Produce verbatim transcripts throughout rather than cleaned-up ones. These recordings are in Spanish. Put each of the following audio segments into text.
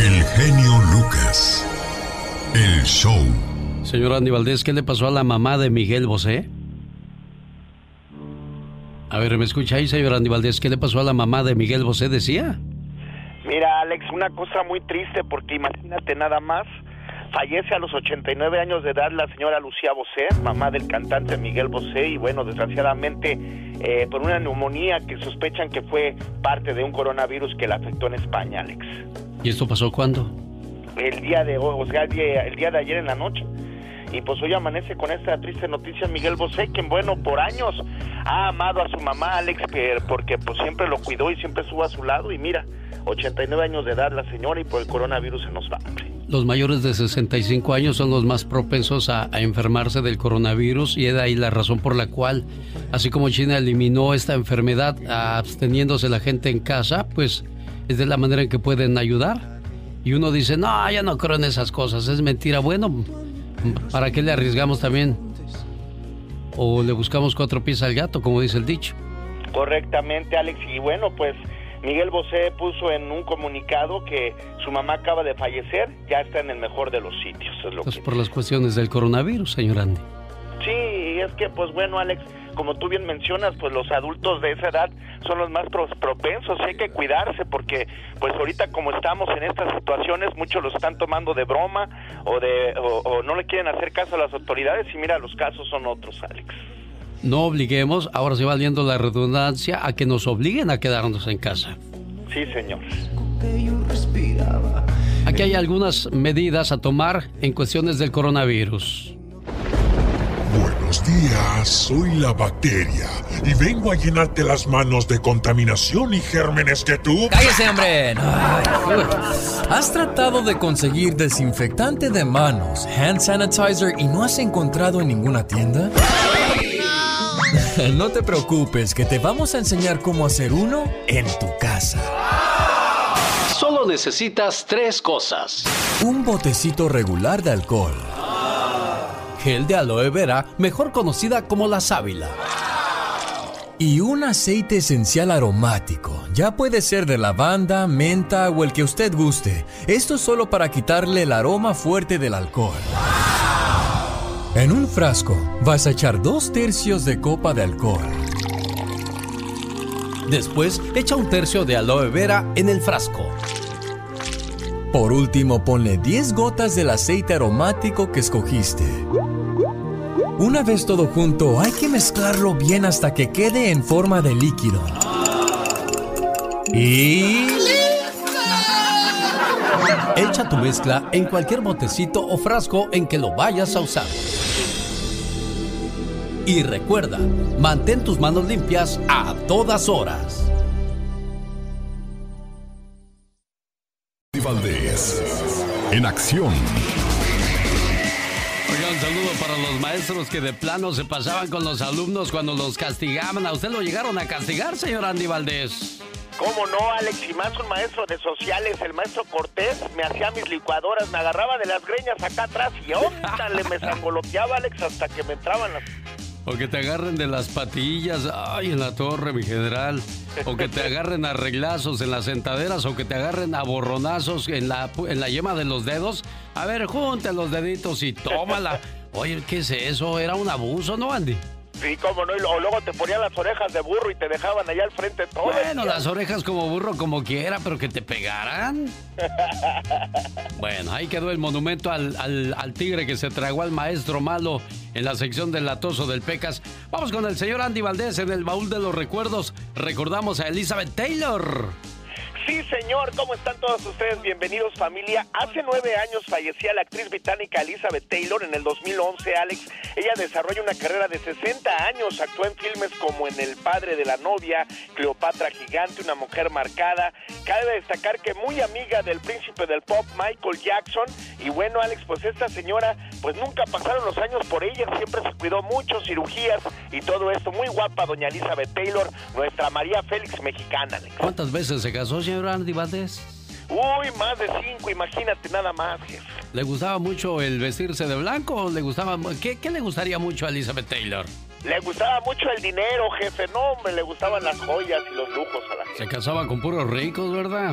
El genio Lucas. El show. Señor Andy Valdés, ¿qué le pasó a la mamá de Miguel Bosé? A ver, ¿me escucha ahí, señor Andy Valdés? ¿Qué le pasó a la mamá de Miguel Bosé, decía? Mira, Alex, una cosa muy triste, porque imagínate nada más, fallece a los ochenta y nueve años de edad la señora Lucía Bosé, mamá del cantante Miguel Bosé, y bueno, desgraciadamente eh, por una neumonía que sospechan que fue parte de un coronavirus que la afectó en España, Alex. ¿Y esto pasó cuándo? El día de hoy, o sea, el día, el día de ayer en la noche. Y pues hoy amanece con esta triste noticia Miguel Bosé, quien bueno, por años ha amado a su mamá, Alex, que, porque pues siempre lo cuidó y siempre estuvo a su lado, y mira, ochenta y nueve años de edad la señora, y por el coronavirus se nos va. Los mayores de sesenta y cinco años son los más propensos a, a enfermarse del coronavirus, y es de ahí la razón por la cual, así como China eliminó esta enfermedad absteniéndose la gente en casa, pues es de la manera en que pueden ayudar. Y uno dice, no, ya no creo en esas cosas, es mentira. Bueno, ¿para qué le arriesgamos también? O le buscamos cuatro pies al gato, como dice el dicho. Correctamente, Alex. Y bueno, pues Miguel Bosé puso en un comunicado que su mamá acaba de fallecer, ya está en el mejor de los sitios. Es lo pues que... por las cuestiones del coronavirus, señor Andy. Sí, es que pues bueno, Alex, como tú bien mencionas, pues los adultos de esa edad son los más propensos, hay que cuidarse, porque pues ahorita como estamos en estas situaciones, muchos lo están tomando de broma o de o, o no le quieren hacer caso a las autoridades, y mira, los casos son otros, Alex. No obliguemos, ahora sí valiendo la redundancia, a que nos obliguen a quedarnos en casa. Sí, señor. Aquí hay algunas medidas a tomar en cuestiones del coronavirus. Buenos días, soy la bacteria y vengo a llenarte las manos de contaminación y gérmenes que tú... ¡Cállese, hombre! Ay, ¿has tratado de conseguir desinfectante de manos, hand sanitizer, y no has encontrado en ninguna tienda? No te preocupes, que te vamos a enseñar cómo hacer uno en tu casa. Solo necesitas tres cosas. Un botecito regular de alcohol. Gel de aloe vera, mejor conocida como la sábila. Y un aceite esencial aromático. Ya puede ser de lavanda, menta o el que usted guste. Esto es solo para quitarle el aroma fuerte del alcohol. En un frasco vas a echar dos tercios de copa de alcohol. Después, echa un tercio de aloe vera en el frasco. Por último, ponle diez gotas del aceite aromático que escogiste. Una vez todo junto, hay que mezclarlo bien hasta que quede en forma de líquido. Y... echa tu mezcla en cualquier botecito o frasco en que lo vayas a usar. Y recuerda, mantén tus manos limpias a todas horas. Valdés, en acción. Oiga, un saludo para los maestros que de plano se pasaban con los alumnos cuando los castigaban. ¿A usted lo llegaron a castigar, señor Andy Valdés? ¿Cómo no, Alex? Y más un maestro de sociales, el maestro Cortés, me hacía mis licuadoras, me agarraba de las greñas acá atrás y óndale, me sangoloteaba, Alex, hasta que me entraban las... O que te agarren de las patillas, ay, en la torre, mi general. O que te agarren a reglazos en las sentaderas, o que te agarren a borronazos en la, en la yema de los dedos. A ver, junte los deditos y tómala. Oye, ¿qué es eso? Era un abuso, ¿no, Andy? Sí, cómo no, y luego te ponían las orejas de burro y te dejaban allá al frente todo. Bueno, las orejas como burro como quiera, pero que te pegaran. Bueno, ahí quedó el monumento al, al, al tigre que se tragó al maestro malo en la sección del latoso del Pecas. Vamos con el señor Andy Valdés en el baúl de los recuerdos. Recordamos a Elizabeth Taylor. Sí, señor, ¿cómo están todos ustedes? Bienvenidos, familia. Hace nueve años fallecía la actriz británica Elizabeth Taylor. En el dos mil once, Alex, ella desarrolla una carrera de sesenta años. Actuó en filmes como En El padre de la novia, Cleopatra gigante, Una mujer marcada. Cabe destacar que muy amiga del príncipe del pop, Michael Jackson. Y bueno, Alex, pues esta señora, pues nunca pasaron los años por ella. Siempre se cuidó mucho, cirugías y todo esto. Muy guapa, doña Elizabeth Taylor, nuestra María Félix mexicana, Alex. ¿Cuántas veces se casó, señor Andy Valdés? Uy, más de cinco, imagínate nada más, jefe. ¿Le gustaba mucho el vestirse de blanco o le gustaba... ¿Qué, qué le gustaría mucho a Elizabeth Taylor? Le gustaba mucho el dinero, jefe. No, hombre, le gustaban las joyas y los lujos a la gente. Se casaba con puros ricos, ¿verdad?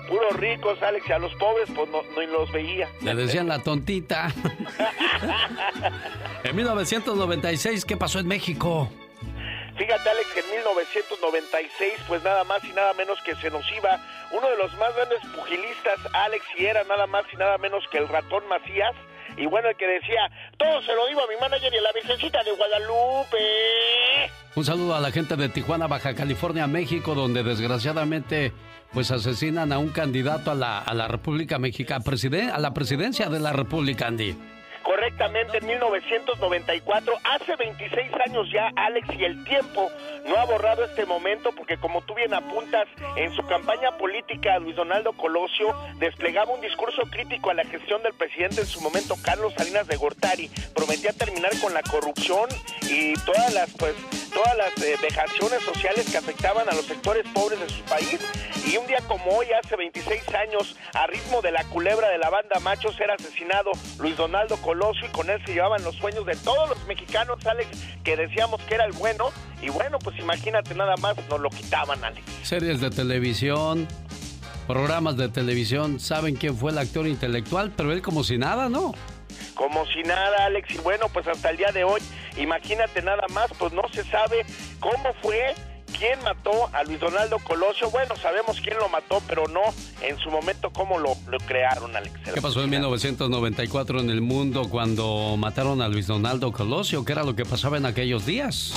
puros ricos, Alex, y a los pobres pues no, no los veía. Le decían la tontita. En mil novecientos noventa y seis, ¿qué pasó en México? Fíjate, Alex, que en mil novecientos noventa y seis, pues nada más y nada menos que se nos iba uno de los más grandes pugilistas, Alex, y era nada más y nada menos que el Ratón Macías. Y bueno, el que decía, todo se lo digo a mi manager y a la Virgencita de Guadalupe. Un saludo a la gente de Tijuana, Baja California, México, donde desgraciadamente pues asesinan a un candidato a la, a la República Mexicana, presiden, a la presidencia de la República, Andy. Correctamente, en mil novecientos noventa y cuatro, hace veintiséis años ya, Alex, y el tiempo no ha borrado este momento, porque como tú bien apuntas, en su campaña política, Luis Donaldo Colosio desplegaba un discurso crítico a la gestión del presidente en su momento, Carlos Salinas de Gortari. Prometía terminar con la corrupción y todas las, pues, todas las eh, vejaciones sociales que afectaban a los sectores pobres de su país. Y un día como hoy, hace veintiséis años, a ritmo de la culebra de la banda Machos, era asesinado Luis Donaldo Colosio, y con él se llevaban los sueños de todos los mexicanos, Alex, que decíamos que era el bueno. Y bueno, pues imagínate, nada más nos lo quitaban, Alex. Series de televisión, programas de televisión, saben quién fue el actor intelectual, pero él como si nada, ¿no? Como si nada, Alex, y bueno, pues hasta el día de hoy, imagínate nada más, pues no se sabe cómo fue, quién mató a Luis Donaldo Colosio. Bueno, sabemos quién lo mató, pero no en su momento cómo lo, lo crearon, Alex. ¿Qué pasó en mil novecientos noventa y cuatro en el mundo cuando mataron a Luis Donaldo Colosio? ¿Qué era lo que pasaba en aquellos días?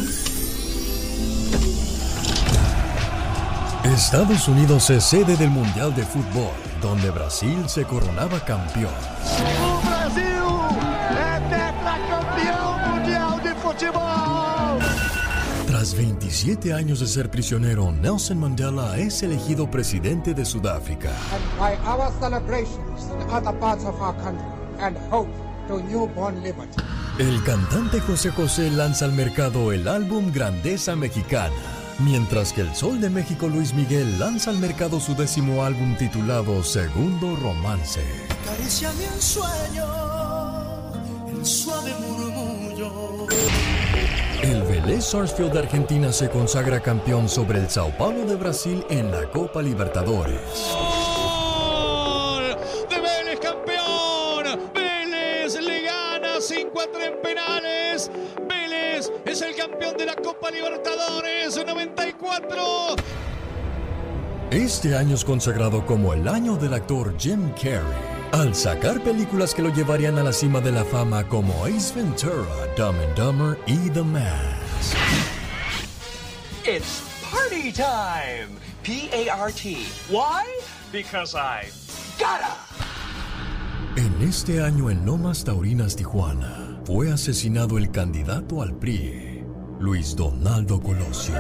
Estados Unidos es sede del Mundial de Fútbol, donde Brasil se coronaba campeón. ¡O Brasil es tetracampeón mundial de fútbol! Tras veintisiete años de ser prisionero, Nelson Mandela es elegido presidente de Sudáfrica. And by our celebrations in other parts of our country and hope to newborn liberty. El cantante José José lanza al mercado el álbum Grandeza Mexicana, mientras que el Sol de México Luis Miguel lanza al mercado su décimo álbum titulado Segundo Romance. Acaríciame en sueño, el suave murmullo. El Vélez Sarsfield de Argentina se consagra campeón sobre el Sao Paulo de Brasil en la Copa Libertadores. ¡Gol de Vélez, campeón! Vélez le gana cinco a tres en penales. Vélez es el campeón de la Copa Libertadores noventa y cuatro. Este año es consagrado como el año del actor Jim Carrey, al sacar películas que lo llevarían a la cima de la fama como Ace Ventura, Dumb and Dumber y The Mask. It's party time! P A R T. Why? Because I gotta! En este año en Lomas Taurinas, Tijuana, fue asesinado el candidato al P R I, Luis Donaldo Colosio.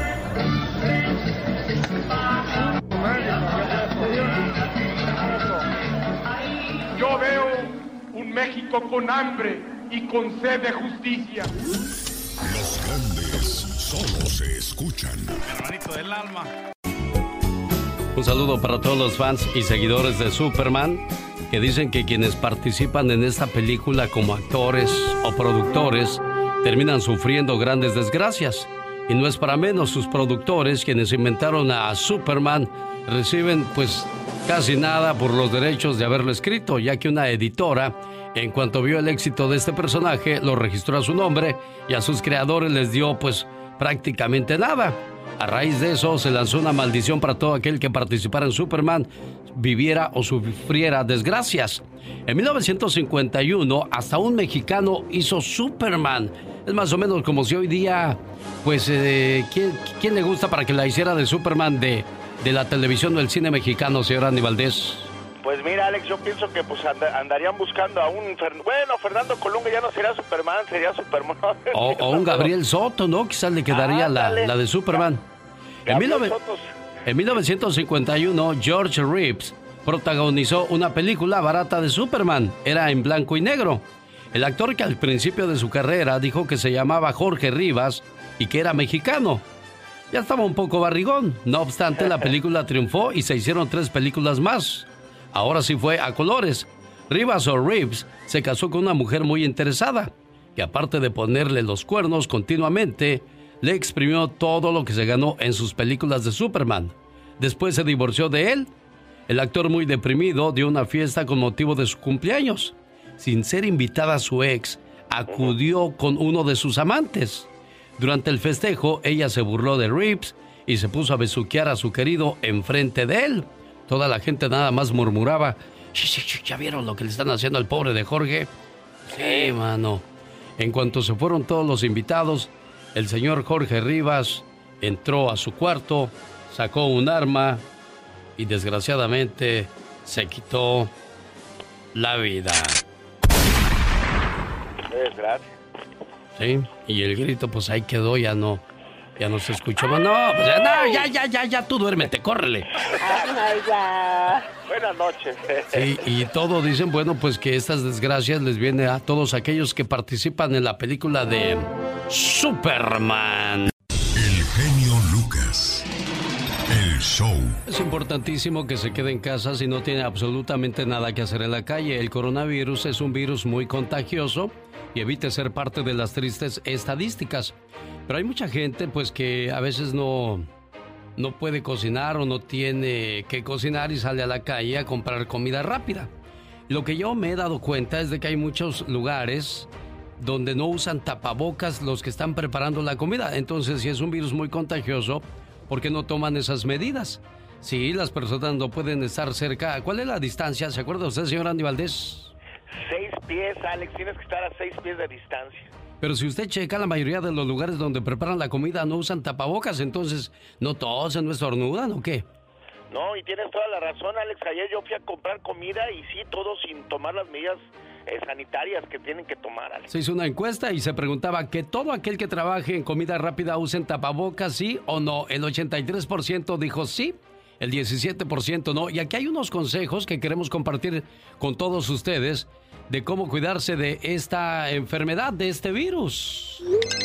Yo veo un México con hambre y con sed de justicia. Los grandes solo se escuchan. Hermanito del alma. Un saludo para todos los fans y seguidores de Superman, que dicen que quienes participan en esta película como actores o productores terminan sufriendo grandes desgracias. Y no es para menos, sus productores, quienes inventaron a Superman, reciben pues casi nada por los derechos de haberlo escrito, ya que una editora, en cuanto vio el éxito de este personaje, lo registró a su nombre y a sus creadores les dio pues prácticamente nada. A raíz de eso se lanzó una maldición para todo aquel que participara en Superman, viviera o sufriera desgracias. En mil novecientos cincuenta y uno, hasta un mexicano hizo Superman. Es más o menos como si hoy día, pues, eh, ¿quién, ¿quién le gusta para que la hiciera de Superman de, de la televisión o el cine mexicano, señor Andy Valdés? Pues mira, Alex, yo pienso que pues and andarían buscando a un... Fer bueno, Fernando Colunga ya no sería Superman, sería Superman. O, o un Gabriel Soto, ¿no? Quizás le quedaría ah, la, la de Superman. En, mil nove en mil novecientos cincuenta y uno, George Reeves protagonizó una película barata de Superman. Era en blanco y negro. El actor, que al principio de su carrera dijo que se llamaba Jorge Rivas y que era mexicano, ya estaba un poco barrigón. No obstante, la película triunfó y se hicieron tres películas más. Ahora sí fue a colores. Rivas o Reeves se casó con una mujer muy interesada, que aparte de ponerle los cuernos continuamente, le exprimió todo lo que se ganó en sus películas de Superman. Después se divorció de él El actor, muy deprimido, dio una fiesta con motivo de su cumpleaños. Sin ser invitada a su ex, acudió con uno de sus amantes. Durante el festejo, ella se burló de Reeves y se puso a besuquear a su querido enfrente de él. Toda la gente nada más murmuraba: ¿ya vieron lo que le están haciendo al pobre de Jorge? Sí, mano. En cuanto se fueron todos los invitados, el señor Jorge Rivas entró a su cuarto, sacó un arma y desgraciadamente se quitó la vida. Desgracia. Sí, y el grito pues ahí quedó, ya no, ya no se escuchó más. No, pues ya, no, ya, ya, ya, ya, tú duérmete, córrele. Ay, ya. Buenas noches. Sí, y todo dicen, bueno, pues que estas desgracias les viene a todos aquellos que participan en la película de Superman. El genio Lucas. El show. Es importantísimo que se quede en casa si no tiene absolutamente nada que hacer en la calle. El coronavirus es un virus muy contagioso y evite ser parte de las tristes estadísticas. Pero hay mucha gente pues que a veces no, no puede cocinar o no tiene que cocinar y sale a la calle a comprar comida rápida. Lo que yo me he dado cuenta es de que hay muchos lugares donde no usan tapabocas los que están preparando la comida. Entonces, si es un virus muy contagioso, ¿por qué no toman esas medidas? Sí, las personas no pueden estar cerca. ¿Cuál es la distancia? ¿Se acuerda usted, señor Andy Valdés? Seis pies, Alex, tienes que estar a seis pies de distancia. Pero si usted checa, la mayoría de los lugares donde preparan la comida no usan tapabocas, entonces, ¿no tosen, no estornudan o qué? No, y tienes toda la razón, Alex. Ayer yo fui a comprar comida y sí, todo sin tomar las medidas eh, sanitarias que tienen que tomar, Alex. Se hizo una encuesta y se preguntaba que todo aquel que trabaje en comida rápida usen tapabocas, ¿sí o no? El ochenta y tres por ciento dijo sí, el diecisiete por ciento no. Y aquí hay unos consejos que queremos compartir con todos ustedes de cómo cuidarse de esta enfermedad, de este virus.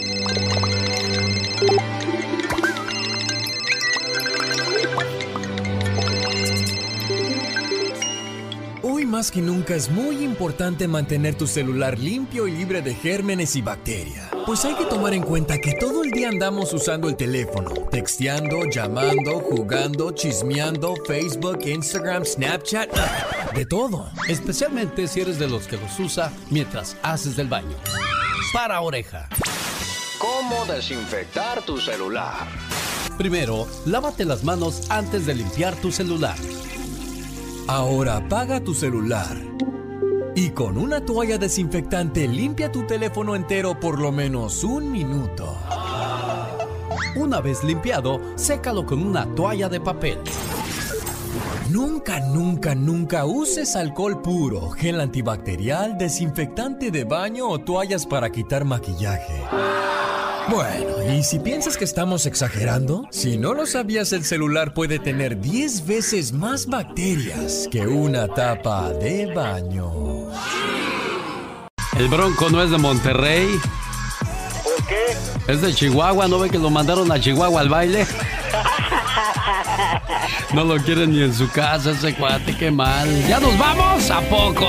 Hoy más que nunca es muy importante mantener tu celular limpio y libre de gérmenes y bacterias. Pues hay que tomar en cuenta que todo el día andamos usando el teléfono, texteando, llamando, jugando, chismeando, Facebook, Instagram, Snapchat, de todo. Especialmente si eres de los que los usa mientras haces del baño. Para oreja. ¿Cómo desinfectar tu celular? Primero, lávate las manos antes de limpiar tu celular. Ahora apaga tu celular y con una toalla desinfectante limpia tu teléfono entero por lo menos un minuto. Una vez limpiado, sécalo con una toalla de papel. Nunca, nunca, nunca uses alcohol puro, gel antibacterial, desinfectante de baño o toallas para quitar maquillaje. Bueno, y si piensas que estamos exagerando, si no lo sabías, el celular puede tener diez veces más bacterias que una tapa de baño. El Bronco no es de Monterrey. ¿Por qué? Es de Chihuahua, ¿no ve que lo mandaron a Chihuahua al baile? No lo quieren ni en su casa ese cuate, qué mal. ¡Ya nos vamos! ¿A poco?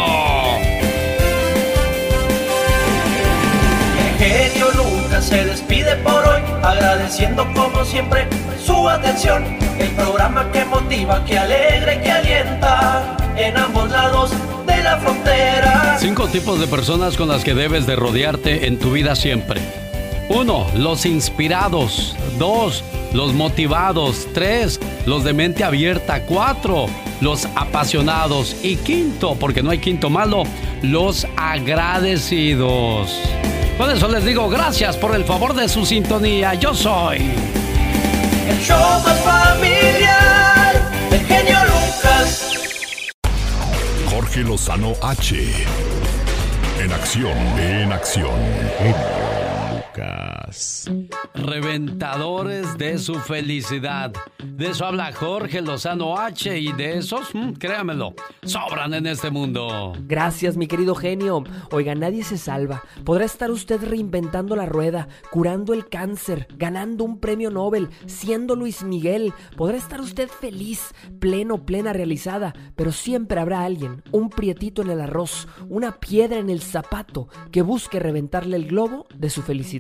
Genio Lucas se despide por hoy, agradeciendo como siempre su atención. El programa que motiva, que alegra y que alienta en ambos lados de la frontera. Cinco tipos de personas con las que debes de rodearte en tu vida siempre. Uno, los inspirados. Dos, los motivados. Tres, los de mente abierta. Cuatro, los apasionados. Y quinto, porque no hay quinto malo, los agradecidos. Por eso les digo gracias por el favor de su sintonía. Yo soy el show más familiar, el genio Lucas. Jorge Lozano H. En acción, en acción. Genio Lucas. Reventadores de su felicidad. De eso habla Jorge Lozano H. Y de esos, mmm, créamelo, sobran en este mundo. Gracias, mi querido genio. Oiga, nadie se salva. Podrá estar usted reinventando la rueda, curando el cáncer, ganando un premio Nobel, siendo Luis Miguel. Podrá estar usted feliz, pleno, plena, realizada. Pero siempre habrá alguien, un prietito en el arroz, una piedra en el zapato, que busque reventarle el globo de su felicidad.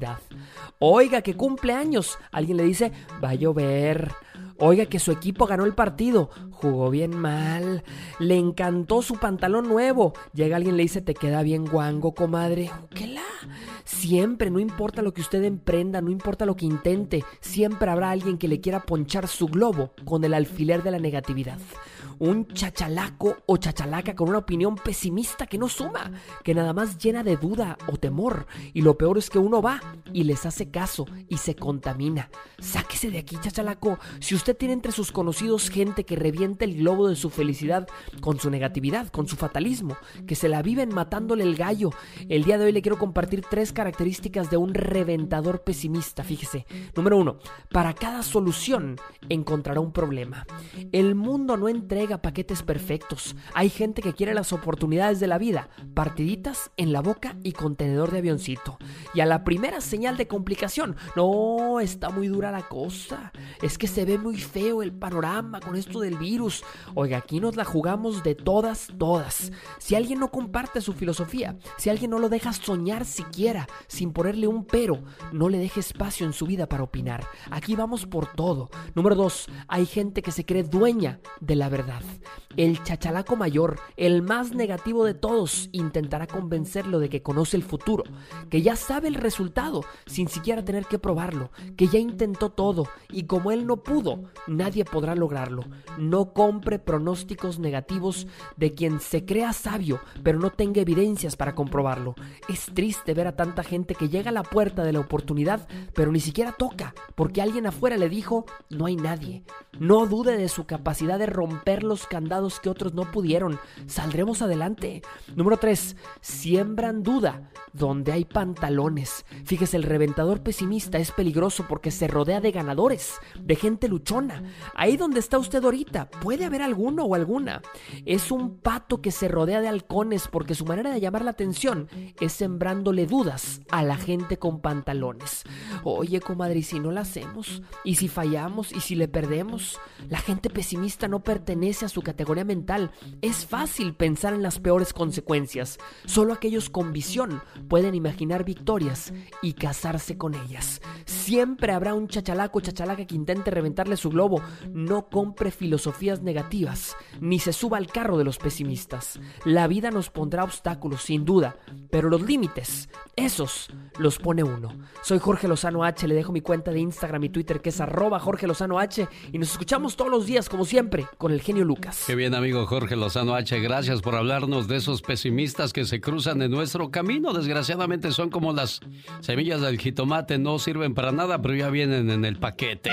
Navidad. Oiga, que cumple años. Alguien le dice, va a llover. Oiga, que su equipo ganó el partido. Jugó bien mal. Le encantó su pantalón nuevo. Llega alguien y le dice, te queda bien guango, comadre. ¿Qué la? Siempre, no importa lo que usted emprenda, no importa lo que intente, siempre habrá alguien que le quiera ponchar su globo con el alfiler de la negatividad. Un chachalaco o chachalaca con una opinión pesimista que no suma, que nada más llena de duda o temor. Y lo peor es que uno va y les hace caso y se contamina. Sáquese de aquí, chachalaco. Si usted tiene entre sus conocidos gente que revienta el globo de su felicidad con su negatividad, con su fatalismo, que se la viven matándole el gallo, el día de hoy le quiero compartir tres características de un reventador pesimista. Fíjese. Número uno, para cada solución encontrará un problema. El mundo no entrega paquetes perfectos. Hay gente que quiere las oportunidades de la vida, partiditas en la boca y contenedor de avioncito. Y a la primera señal de complicación, no, está muy dura la cosa. Es que se ve muy feo el panorama con esto del virus. Oiga, aquí nos la jugamos de todas, todas. Si alguien no comparte su filosofía, si alguien no lo deja soñar siquiera, sin ponerle un pero, no le deje espacio en su vida para opinar. Aquí vamos por todo. Número dos, hay gente que se cree dueña de la verdad. El chachalaco mayor, el más negativo de todos, intentará convencerlo de que conoce el futuro, que ya sabe el resultado sin siquiera tener que probarlo, que ya intentó todo y como él no pudo, nadie podrá lograrlo. No compre pronósticos negativos de quien se crea sabio, pero no tenga evidencias para comprobarlo. Es triste ver a tanta gente que llega a la puerta de la oportunidad, pero ni siquiera toca, porque alguien afuera le dijo, no hay nadie. No dude de su capacidad de romper los candados que otros no pudieron. Saldremos adelante. Número tres, siembran duda donde hay pantalones. Fíjese, el reventador pesimista es peligroso porque se rodea de ganadores, de gente luchona. Ahí donde está usted ahorita, puede haber alguno o alguna. Es un pato que se rodea de halcones porque su manera de llamar la atención es sembrándole dudas a la gente con pantalones. Oye, comadre, ¿y si no la hacemos? ¿Y si fallamos? ¿Y si le perdemos? La gente pesimista no pertenece a su categoría mental. Es fácil pensar en las peores consecuencias. Solo aquellos con visión pueden imaginar victorias y casarse con ellas. Siempre habrá un chachalaco o chachalaca que intente reventarle su globo. No compre filosofías negativas, ni se suba al carro de los pesimistas. La vida nos pondrá obstáculos, sin duda, pero los límites, esos los pone uno. Soy Jorge Lozano H, le dejo mi cuenta de Instagram y Twitter que es arroba Jorge Lozano H y nos escuchamos todos los días, como siempre, con el genio Lucas. Qué bien, amigo Jorge Lozano H, gracias por hablarnos de esos pesimistas que se cruzan en nuestro camino. Desgraciadamente son como las semillas del jitomate, no sirven para nada, pero ya vienen en el paquete.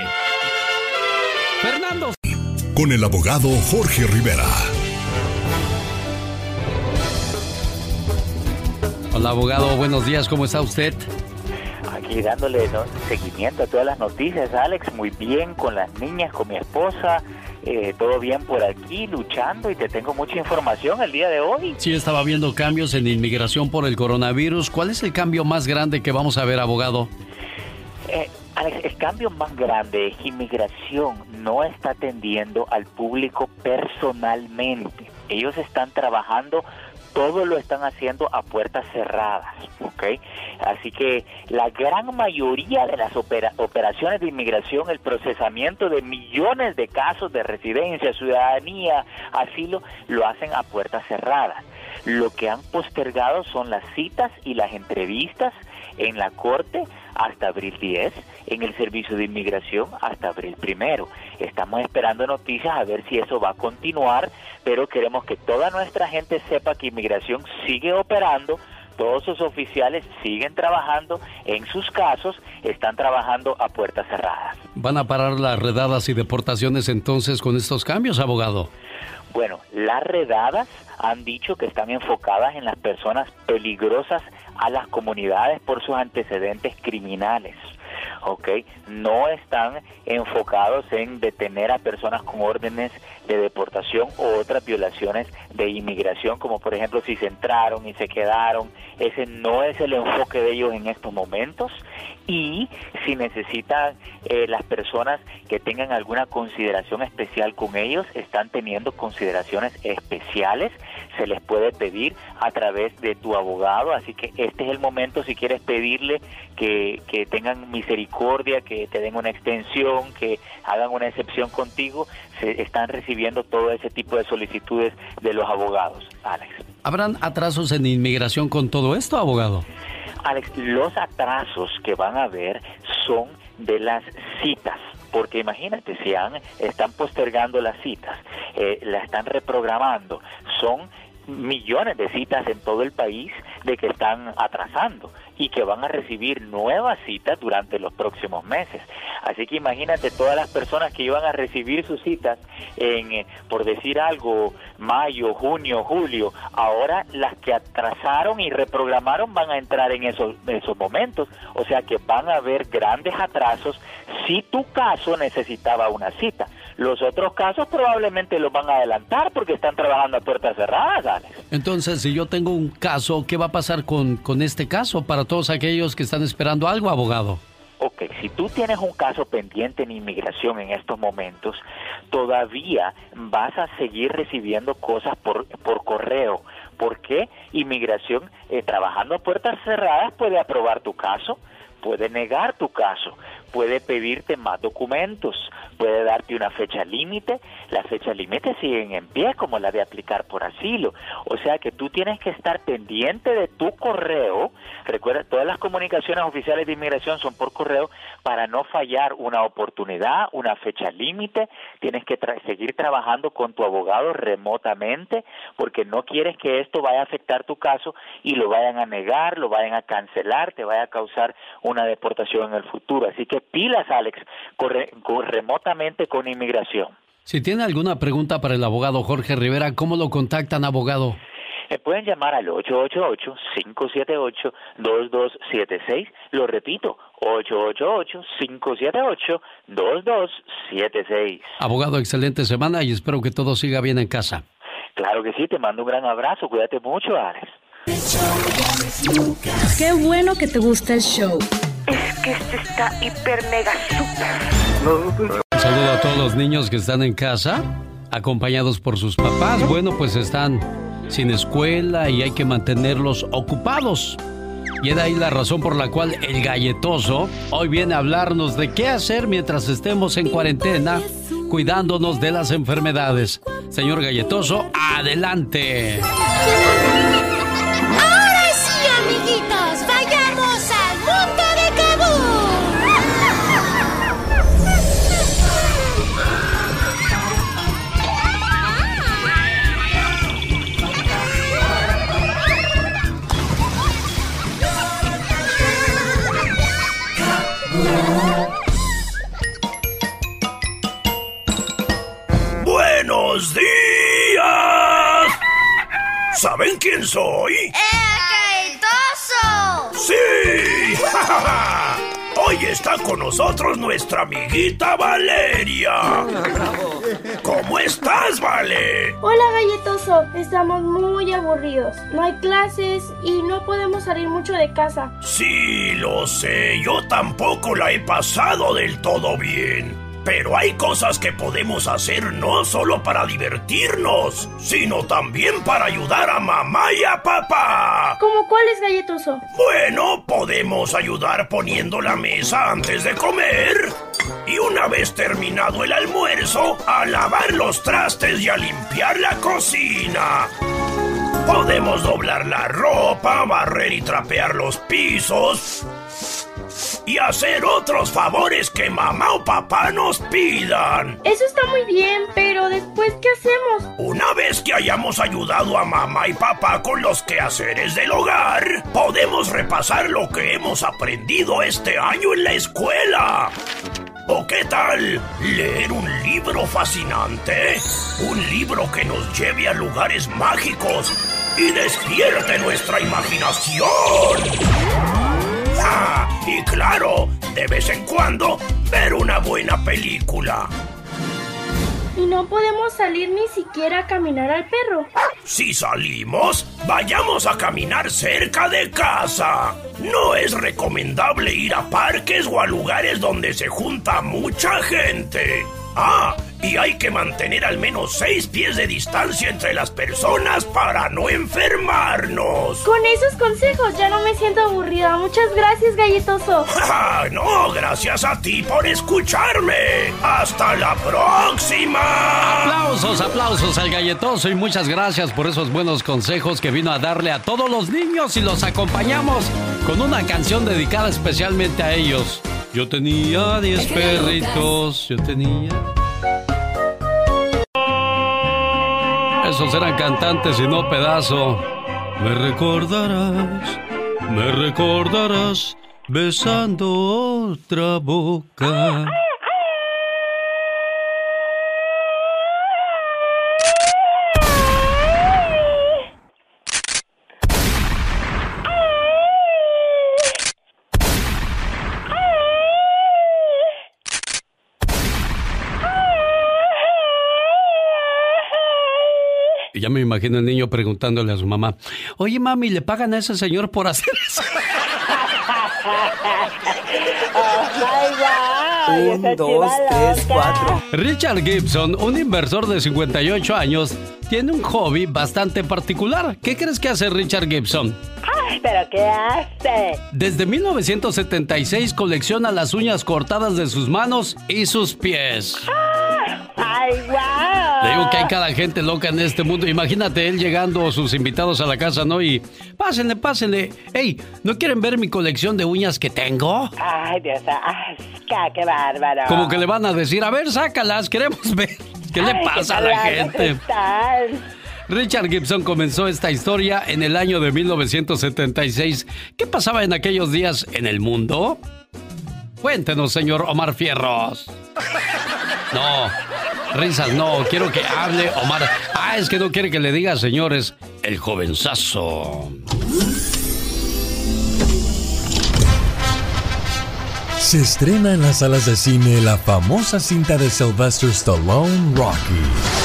Fernando. Con el abogado Jorge Rivera. Hola, abogado, buenos días, ¿cómo está usted? Aquí dándole, ¿no?, seguimiento a todas las noticias, Alex, muy bien, con las niñas, con mi esposa, eh, todo bien por aquí, luchando, y te tengo mucha información el día de hoy. Sí, estaba viendo cambios en inmigración por el coronavirus. ¿Cuál es el cambio más grande que vamos a ver, abogado? Eh, Alex, el cambio más grande es que inmigración no está atendiendo al público personalmente. Ellos están trabajando, todo lo están haciendo a puertas cerradas, ¿ok? Así que la gran mayoría de las opera- operaciones de inmigración, el procesamiento de millones de casos de residencia, ciudadanía, asilo, lo hacen a puertas cerradas. Lo que han postergado son las citas y las entrevistas en la corte hasta abril diez, en el servicio de inmigración hasta abril primero. Estamos esperando noticias a ver si eso va a continuar, pero queremos que toda nuestra gente sepa que inmigración sigue operando, todos sus oficiales siguen trabajando en sus casos, están trabajando a puertas cerradas. ¿Van a parar las redadas y deportaciones entonces con estos cambios, abogado? Bueno, las redadas han dicho que están enfocadas en las personas peligrosas a las comunidades por sus antecedentes criminales, ¿ok? No están enfocados en detener a personas con órdenes de deportación o otras violaciones de inmigración, como por ejemplo si se entraron y se quedaron. Ese no es el enfoque de ellos en estos momentos. Y si necesitan eh, las personas que tengan alguna consideración especial con ellos, están teniendo consideraciones especiales. se les puede pedir a través de tu abogado, así que este es el momento si quieres pedirle que, que tengan misericordia, que te den una extensión, que hagan una excepción contigo. Se están recibiendo todo ese tipo de solicitudes de los abogados, Alex. ¿Habrán atrasos en inmigración con todo esto, abogado? Alex, los atrasos que van a haber son de las citas, porque imagínate, si han, están postergando las citas, eh, la están reprogramando, son millones de citas en todo el país de que están atrasando y que van a recibir nuevas citas durante los próximos meses. Así que imagínate todas las personas que iban a recibir sus citas en, eh, por decir algo, mayo, junio, julio, ahora las que atrasaron y reprogramaron van a entrar en esos, esos momentos, o sea que van a haber grandes atrasos si tu caso necesitaba una cita. Los otros casos probablemente los van a adelantar porque están trabajando a puertas cerradas, Alex. Entonces, si yo tengo un caso, ¿qué va a pasar con, con este caso para todos aquellos que están esperando algo, abogado? Ok, si tú tienes un caso pendiente en inmigración en estos momentos, todavía vas a seguir recibiendo cosas por, por correo. ¿Por qué? Inmigración, eh, trabajando a puertas cerradas, puede aprobar tu caso, puede negar tu caso, puede pedirte más documentos, puede darte una fecha límite. Las fechas límites siguen en pie, como la de aplicar por asilo. O sea que tú tienes que estar pendiente de tu correo. Recuerda, todas las comunicaciones oficiales de inmigración son por correo para no fallar una oportunidad, una fecha límite. Tienes que tra- seguir trabajando con tu abogado remotamente porque no quieres que esto vaya a afectar tu caso y lo vayan a negar, lo vayan a cancelar, te vaya a causar una deportación en el futuro. Así que pilas, Alex, corre, corre remotamente con inmigración. Si tiene alguna pregunta para el abogado Jorge Rivera, ¿cómo lo contactan, abogado? Me pueden llamar al ocho ocho ocho, cinco siete ocho, dos dos siete seis. Lo repito, ocho ocho ocho, cinco siete ocho, dos dos siete seis. Abogado, excelente semana y espero que todo siga bien en casa. Claro que sí, te mando un gran abrazo. Cuídate mucho, Alex. Qué bueno que te gusta el show. Es que este está hiper mega super. Un saludo a todos los niños que están en casa, acompañados por sus papás. Bueno, pues están sin escuela y hay que mantenerlos ocupados. Y es ahí la razón por la cual el galletoso hoy viene a hablarnos de qué hacer mientras estemos en cuarentena, cuidándonos de las enfermedades. Señor Galletoso, adelante. Ahora sí, amiguitos, vayamos al mundo de Kabul. ¡Buenos días! ¿Saben quién soy? ¡El Galletoso! ¡Sí! ¡Ja, ja, ja! Hoy está con nosotros nuestra amiguita Valeria. ¿Cómo estás, Vale? Hola, Galletoso. Estamos muy aburridos. No hay clases y no podemos salir mucho de casa. Sí, lo sé. Yo tampoco la he pasado del todo bien. Pero hay cosas que podemos hacer no solo para divertirnos, sino también para ayudar a mamá y a papá. ¿Cómo cuáles, Galletoso? Bueno, podemos ayudar poniendo la mesa antes de comer. Y una vez terminado el almuerzo, a lavar los trastes y a limpiar la cocina. Podemos doblar la ropa, barrer y trapear los pisos. Y hacer otros favores que mamá o papá nos pidan. Eso está muy bien, pero después, ¿qué hacemos? Una vez que hayamos ayudado a mamá y papá con los quehaceres del hogar, podemos repasar lo que hemos aprendido este año en la escuela. ¿O qué tal leer un libro fascinante? Un libro que nos lleve a lugares mágicos y despierte nuestra imaginación. Ah, y claro, de vez en cuando, ver una buena película. ¿Y no podemos salir ni siquiera a caminar al perro? Si salimos, vayamos a caminar cerca de casa. No es recomendable ir a parques o a lugares donde se junta mucha gente. Ah, Y hay que mantener al menos seis pies de distancia entre las personas para no enfermarnos. Con esos consejos ya no me siento aburrida. Muchas gracias, Galletoso. No, gracias a ti por escucharme. ¡Hasta la próxima! Aplausos, aplausos al Galletoso y muchas gracias por esos buenos consejos que vino a darle a todos los niños y los acompañamos con una canción dedicada especialmente a ellos. Yo tenía diez perritos, yo tenía... Esos eran cantantes y no pedazo. Me recordarás, me recordarás besando otra boca. Y ya me imagino el niño preguntándole a su mamá, oye mami, ¿le pagan a ese señor por hacer eso? Un, dos, tres, cuatro. Richard Gibson, un inversor de cincuenta y ocho años, tiene un hobby bastante particular. ¿Qué crees que hace Richard Gibson? Ay, ¿pero qué hace? Desde mil novecientos setenta y seis colecciona las uñas cortadas de sus manos y sus pies. ¡Ay, guau! Le digo que hay cada gente loca en este mundo. Imagínate él llegando, sus invitados a la casa, ¿no? Y pásenle, pásenle. Ey, ¿no quieren ver mi colección de uñas que tengo? Ay, Dios, asca, qué bárbaro. Como que le van a decir, a ver, sácalas, queremos ver. ¿Qué le pasa a la gente? Richard Gibson comenzó esta historia en el año de mil novecientos setenta y seis. ¿Qué pasaba en aquellos días en el mundo? Cuéntenos, señor Omar Fierros. No, risas no, quiero que hable Omar. Ah, es que no quiere que le diga, señores, el jovenzazo. Se estrena en las salas de cine la famosa cinta de Sylvester Stallone, Rocky.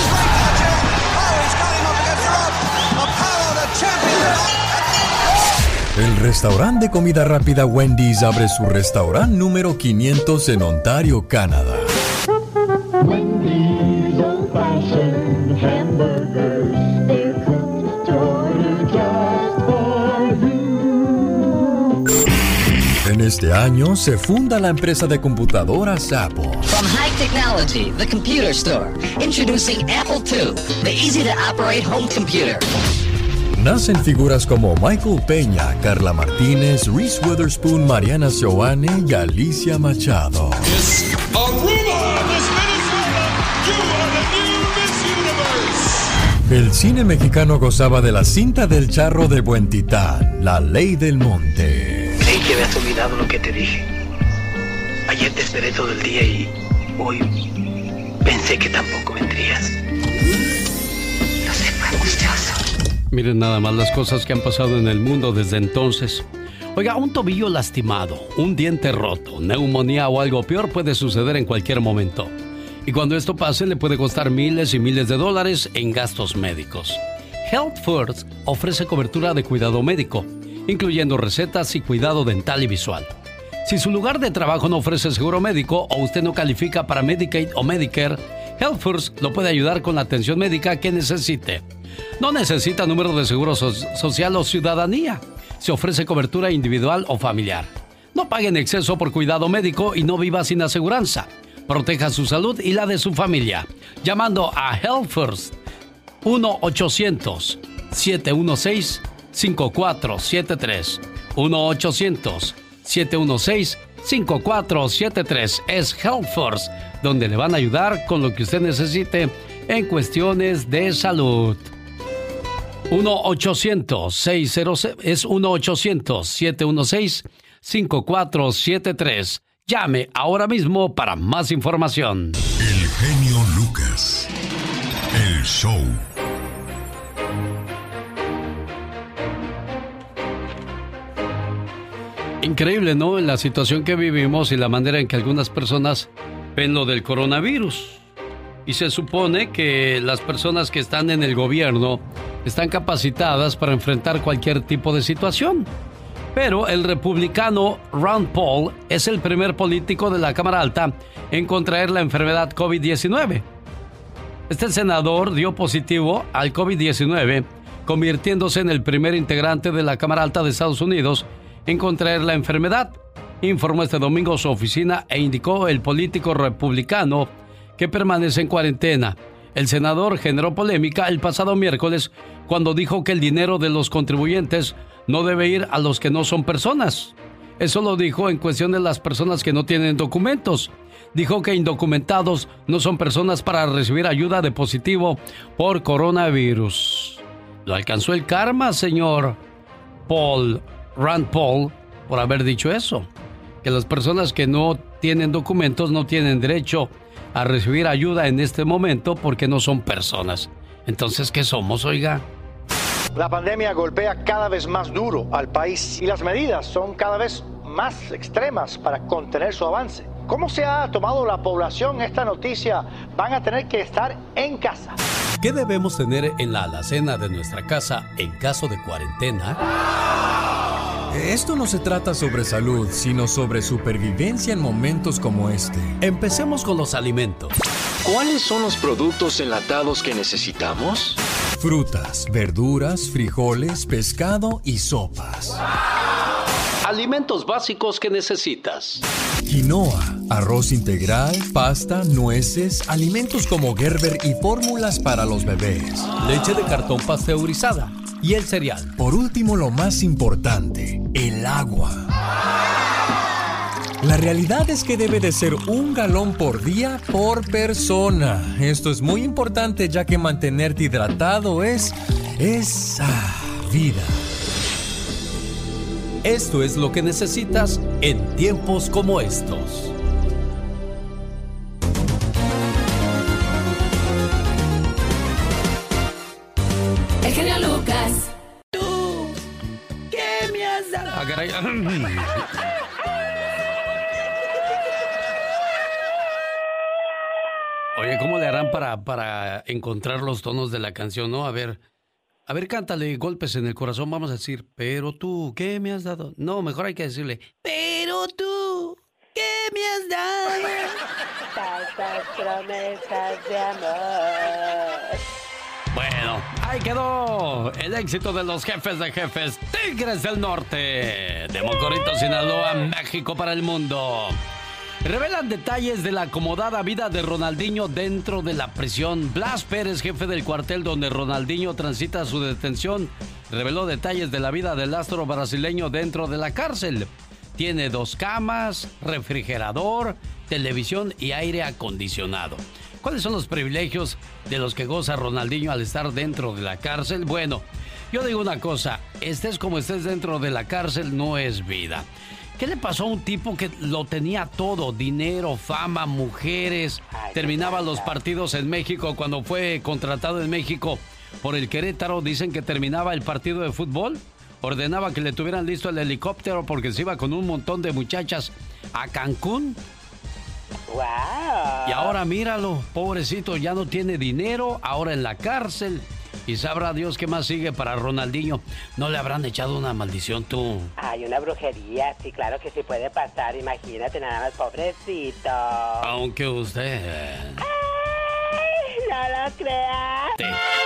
El restaurante de comida rápida Wendy's abre su restaurante número quinientos en Ontario, Canadá. Wendy's old-fashioned hamburgers, they're cooked to order just for you. En este año se funda la empresa de computadoras Apple. From high technology, the computer store, introducing Apple two, the easy-to-operate home computer. Nacen figuras como Michael Peña, Carla Martínez, Reese Witherspoon, Mariana Seoane y Alicia Machado. Miss Aruba, Miss Venezuela, you are the new Miss Universe. El cine mexicano gozaba de la cinta del charro de Buen Titán, La Ley del Monte. Creí que habías olvidado lo que te dije. Ayer te esperé todo el día y hoy pensé que tampoco vendrías. No sé, fue angustioso. Miren nada más las cosas que han pasado en el mundo desde entonces. Oiga, un tobillo lastimado, un diente roto, neumonía o algo peor puede suceder en cualquier momento. Y cuando esto pase le puede costar miles y miles de dólares en gastos médicos. Health First ofrece cobertura de cuidado médico, incluyendo recetas y cuidado dental y visual. Si su lugar de trabajo no ofrece seguro médico o usted no califica para Medicaid o Medicare, Health First lo puede ayudar con la atención médica que necesite. No necesita número de seguro so- social o ciudadanía. Se ofrece cobertura individual o familiar. No pague en exceso por cuidado médico y no viva sin aseguranza. Proteja su salud y la de su familia. Llamando a Health First. uno ochocientos, siete uno seis, cinco cuatro siete tres. uno ochocientos, siete uno seis, cinco cuatro siete tres. Es Health First, donde le van a ayudar con lo que usted necesite en cuestiones de salud. uno ochocientos, seis cero cero es uno ochocientos, siete uno seis, cinco cuatro siete tres. Llame ahora mismo para más información. El genio Lucas. El show. Increíble, ¿no? La situación que vivimos y la manera en que algunas personas ven lo del coronavirus. Y se supone que las personas que están en el gobierno están capacitadas para enfrentar cualquier tipo de situación. Pero el republicano Ron Paul es el primer político de la Cámara Alta en contraer la enfermedad COVID diecinueve. Este senador dio positivo al COVID diecinueve, convirtiéndose en el primer integrante de la Cámara Alta de Estados Unidos en contraer la enfermedad, informó este domingo su oficina e indicó el político republicano que permanece en cuarentena. El senador generó polémica el pasado miércoles cuando dijo que el dinero de los contribuyentes no debe ir a los que no son personas. Eso lo dijo en cuestión de las personas que no tienen documentos. Dijo que indocumentados no son personas para recibir ayuda de positivo por coronavirus. Lo alcanzó el karma, señor Paul, Rand Paul, por haber dicho eso. Que las personas que no tienen documentos no tienen derecho a recibir ayuda en este momento porque no son personas. Entonces, ¿qué somos, oiga? La pandemia golpea cada vez más duro al país y las medidas son cada vez más extremas para contener su avance. ¿Cómo se ha tomado la población esta noticia? Van a tener que estar en casa. ¿Qué debemos tener en la alacena de nuestra casa en caso de cuarentena? Esto no se trata sobre salud, sino sobre supervivencia en momentos como este. Empecemos con los alimentos. ¿Cuáles son los productos enlatados que necesitamos? Frutas, verduras, frijoles, pescado y sopas. Alimentos básicos que necesitas. Quinoa, arroz integral, pasta, nueces, alimentos como Gerber y fórmulas para los bebés. Leche de cartón pasteurizada y el cereal. Por último, lo más importante, el agua. La realidad es que debe de ser un galón por día por persona. Esto es muy importante ya que mantenerte hidratado es... es ah, vida. Esto es lo que necesitas en tiempos como estos. El genio Lucas. ¿Tú qué me has dado? Ah, caray. Oye, ¿cómo le harán para, para encontrar los tonos de la canción, no? A ver... A ver, cántale Golpes en el Corazón, vamos a decir, pero tú, ¿qué me has dado? No, mejor hay que decirle, pero tú, ¿qué me has dado? Tantas promesas de amor. Bueno, ahí quedó el éxito de los jefes de jefes, Tigres del Norte, de Mocorito, Sinaloa, México para el mundo. Revelan detalles de la acomodada vida de Ronaldinho dentro de la prisión. Blas Pérez, jefe del cuartel donde Ronaldinho transita su detención, reveló detalles de la vida del astro brasileño dentro de la cárcel. Tiene dos camas, refrigerador, televisión y aire acondicionado. ¿Cuáles son los privilegios de los que goza Ronaldinho al estar dentro de la cárcel? Bueno, yo digo una cosa, estés como estés dentro de la cárcel no es vida. ¿Qué le pasó a un tipo que lo tenía todo? Dinero, fama, mujeres. Terminaba los partidos en México cuando fue contratado en México por el Querétaro. Dicen que terminaba el partido de fútbol. Ordenaba que le tuvieran listo el helicóptero porque se iba con un montón de muchachas a Cancún. ¡Wow! Y ahora míralo, pobrecito, ya no tiene dinero, ahora en la cárcel. Y sabrá Dios qué más sigue para Ronaldinho. ¿No le habrán echado una maldición tú? Hay una brujería, sí, claro que sí puede pasar. Imagínate nada más, pobrecito. Aunque usted... ¡Ay, no lo creas! Sí.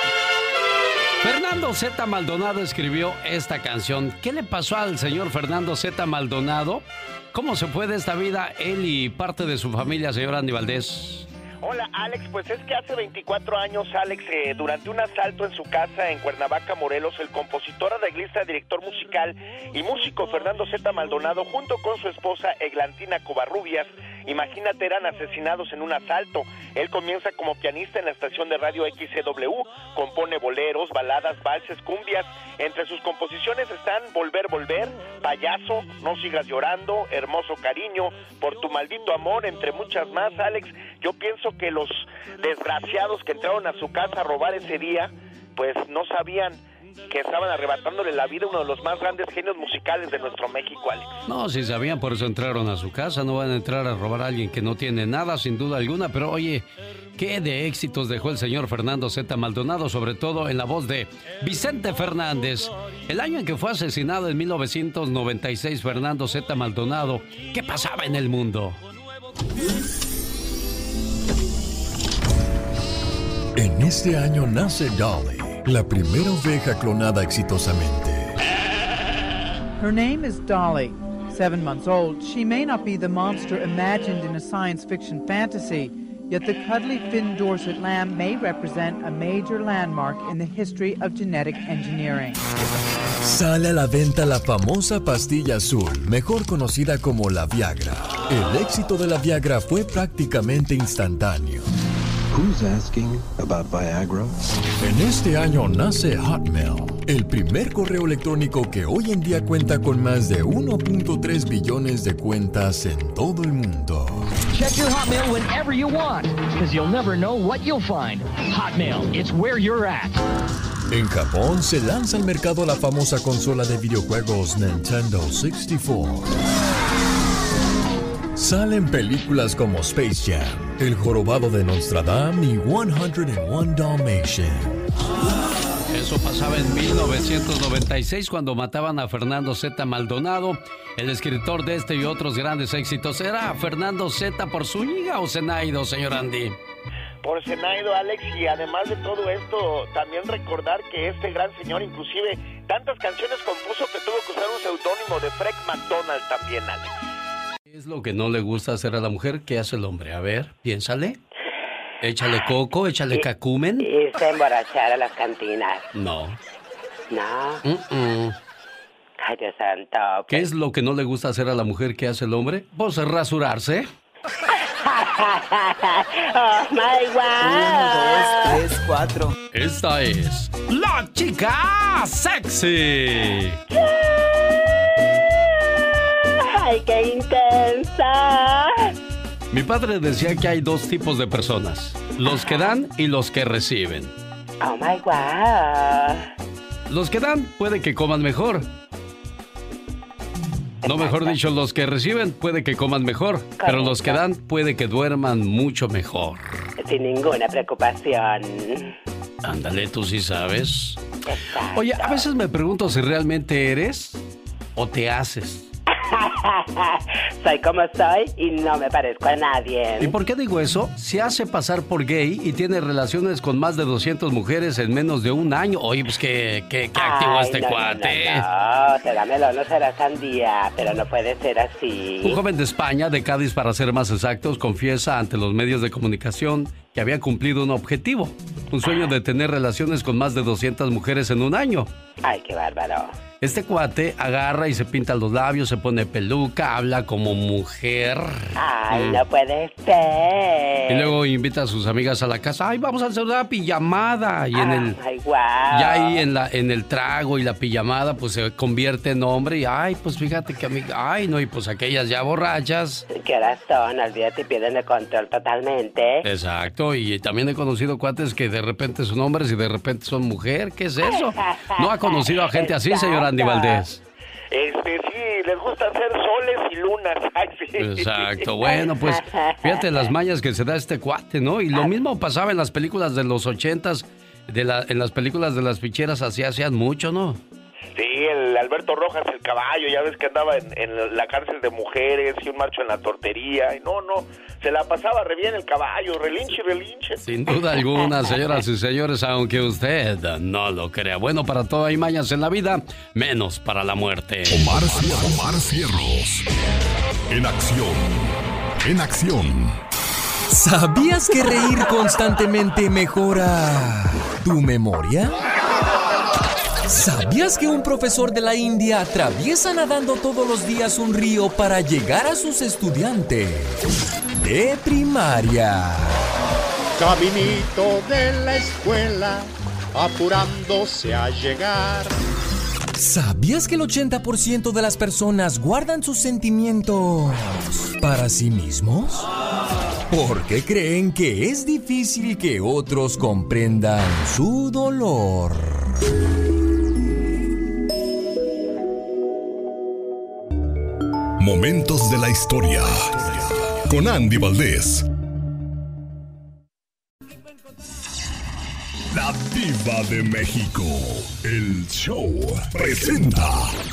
Fernando Zeta Maldonado escribió esta canción. ¿Qué le pasó al señor Fernando Zeta Maldonado? ¿Cómo se fue de esta vida él y parte de su familia, señor Andy Valdés? Hola, Alex, pues es que hace veinticuatro años, Alex, eh, durante un asalto en su casa en Cuernavaca, Morelos, el compositor, arreglista, director musical y músico Fernando Zeta Maldonado, junto con su esposa Eglantina Covarrubias, imagínate, eran asesinados en un asalto. Él comienza como pianista en la estación de radio X C W, compone boleros, baladas, valses, cumbias. Entre sus composiciones están Volver, Volver, Payaso, No Sigas Llorando, Hermoso Cariño, Por Tu Maldito Amor, entre muchas más, Alex. Yo pienso que los desgraciados que entraron a su casa a robar ese día, pues no sabían que estaban arrebatándole la vida a uno de los más grandes genios musicales de nuestro México, Alex. No, si sabían, por eso entraron a su casa. No van a entrar a robar a alguien que no tiene nada, sin duda alguna. Pero oye, qué de éxitos dejó el señor Fernando Zeta Maldonado, sobre todo en la voz de Vicente Fernández. El año en que fue asesinado, en mil novecientos noventa y seis, Fernando Zeta Maldonado. ¿Qué pasaba en el mundo? este año nace Dolly, la primera oveja clonada exitosamente. Her name is Dolly. Seven months old, she may not be the monster imagined in a science fiction fantasy, yet the cuddly Finn Dorset lamb may represent a major landmark in the history of genetic engineering. Sale a la venta la famosa pastilla azul, mejor conocida como la Viagra. El éxito de la Viagra fue prácticamente instantáneo. Who's asking about Viagra? En este año nace Hotmail, el primer correo electrónico que hoy en día cuenta con más de uno punto tres billones de cuentas en todo el mundo. Check your Hotmail whenever you want, because you'll never know what you'll find. Hotmail, it's where you're at. En Japón se lanza al mercado la famosa consola de videojuegos Nintendo sesenta y cuatro. Salen películas como Space Jam, El jorobado de Notre Dame y ciento uno Dalmatian. Eso pasaba en mil novecientos noventa y seis cuando mataban a Fernando Zeta Maldonado, el escritor de este y otros grandes éxitos. ¿Era Fernando Zeta por Zúñiga o Zenaido, señor Andy? Por Zenaido, Alex, y además de todo esto, también recordar que este gran señor, inclusive, tantas canciones compuso que tuvo que usar un seudónimo de Frank McDonald también, Alex. ¿Qué es lo que no le gusta hacer a la mujer? ¿Qué hace el hombre? A ver, piénsale. Échale coco, échale cacumen. Irse a emborrachar a las cantinas. No. No. Mm-mm. Ay, Dios santo. ¿Qué es lo que no le gusta hacer a la mujer? ¿Qué hace el hombre? Pues rasurarse. Oh, my God. Uno, dos, tres, cuatro. Esta es la chica sexy. ¡Ay, qué intensa! Mi padre decía que hay dos tipos de personas, los que dan y los que reciben. Oh my God. Los que dan puede que coman mejor. No, mejor dicho, los que reciben puede que coman mejor, correcto, pero los que dan puede que duerman mucho mejor. Sin ninguna preocupación. Ándale, tú sí sabes. Exacto. Oye, a veces me pregunto si realmente eres o te haces. Soy como soy y no me parezco a nadie. ¿Y por qué digo eso? Se hace pasar por gay y tiene relaciones con más de doscientas mujeres en menos de un año. Oye, pues qué, qué, qué activo este no, cuate. No, no, no, será melón, no será sandía, pero no puede ser así. Un joven de España, de Cádiz para ser más exactos, confiesa ante los medios de comunicación que había cumplido un objetivo, un sueño de tener relaciones con más de doscientas mujeres en un año. Ay, qué bárbaro. Este cuate agarra y se pinta los labios, se pone peluca, habla como mujer. Ay, mm. no puede ser. Y luego invita a sus amigas a la casa. Ay, vamos a hacer una pijamada. Y en el, ay, wow. Ya ahí en la, en el trago y la pijamada, pues se convierte en hombre. Y ay, pues fíjate que amiga, ay, no, y pues aquellas ya borrachas. ¿Qué horas son? Olvídate, pierden el control totalmente. Exacto, y también he conocido cuates que de repente son hombres y de repente son mujer. ¿Qué es eso? ¿No ha conocido a gente así, señor Andy Valdés? Este, sí, les gusta hacer soles y lunas. Ay, sí. Exacto, bueno, pues fíjate las mañas que se da este cuate, ¿no? Y lo mismo pasaba en las películas de los ochentas, de la, en las películas de las ficheras así hacían mucho, ¿no? Sí, el Alberto Rojas, el caballo, ya ves que andaba en, en la cárcel de mujeres y un macho en la tortería. Y no, no, se la pasaba re bien el caballo, relinche, relinche. Sin duda alguna, señoras y señores, aunque usted no lo crea. Bueno, para todo hay mañas en la vida, menos para la muerte. Omar Fierros. Omar Fierros. En acción. En acción. ¿Sabías que reír constantemente mejora tu memoria? ¿Sabías que un profesor de la India atraviesa nadando todos los días un río para llegar a sus estudiantes de primaria? Caminito de la escuela, apurándose a llegar. ¿Sabías que el ochenta por ciento de las personas guardan sus sentimientos para sí mismos? Porque creen que es difícil que otros comprendan su dolor. Momentos de la historia con Andy Valdés. La Diva de México, el show presenta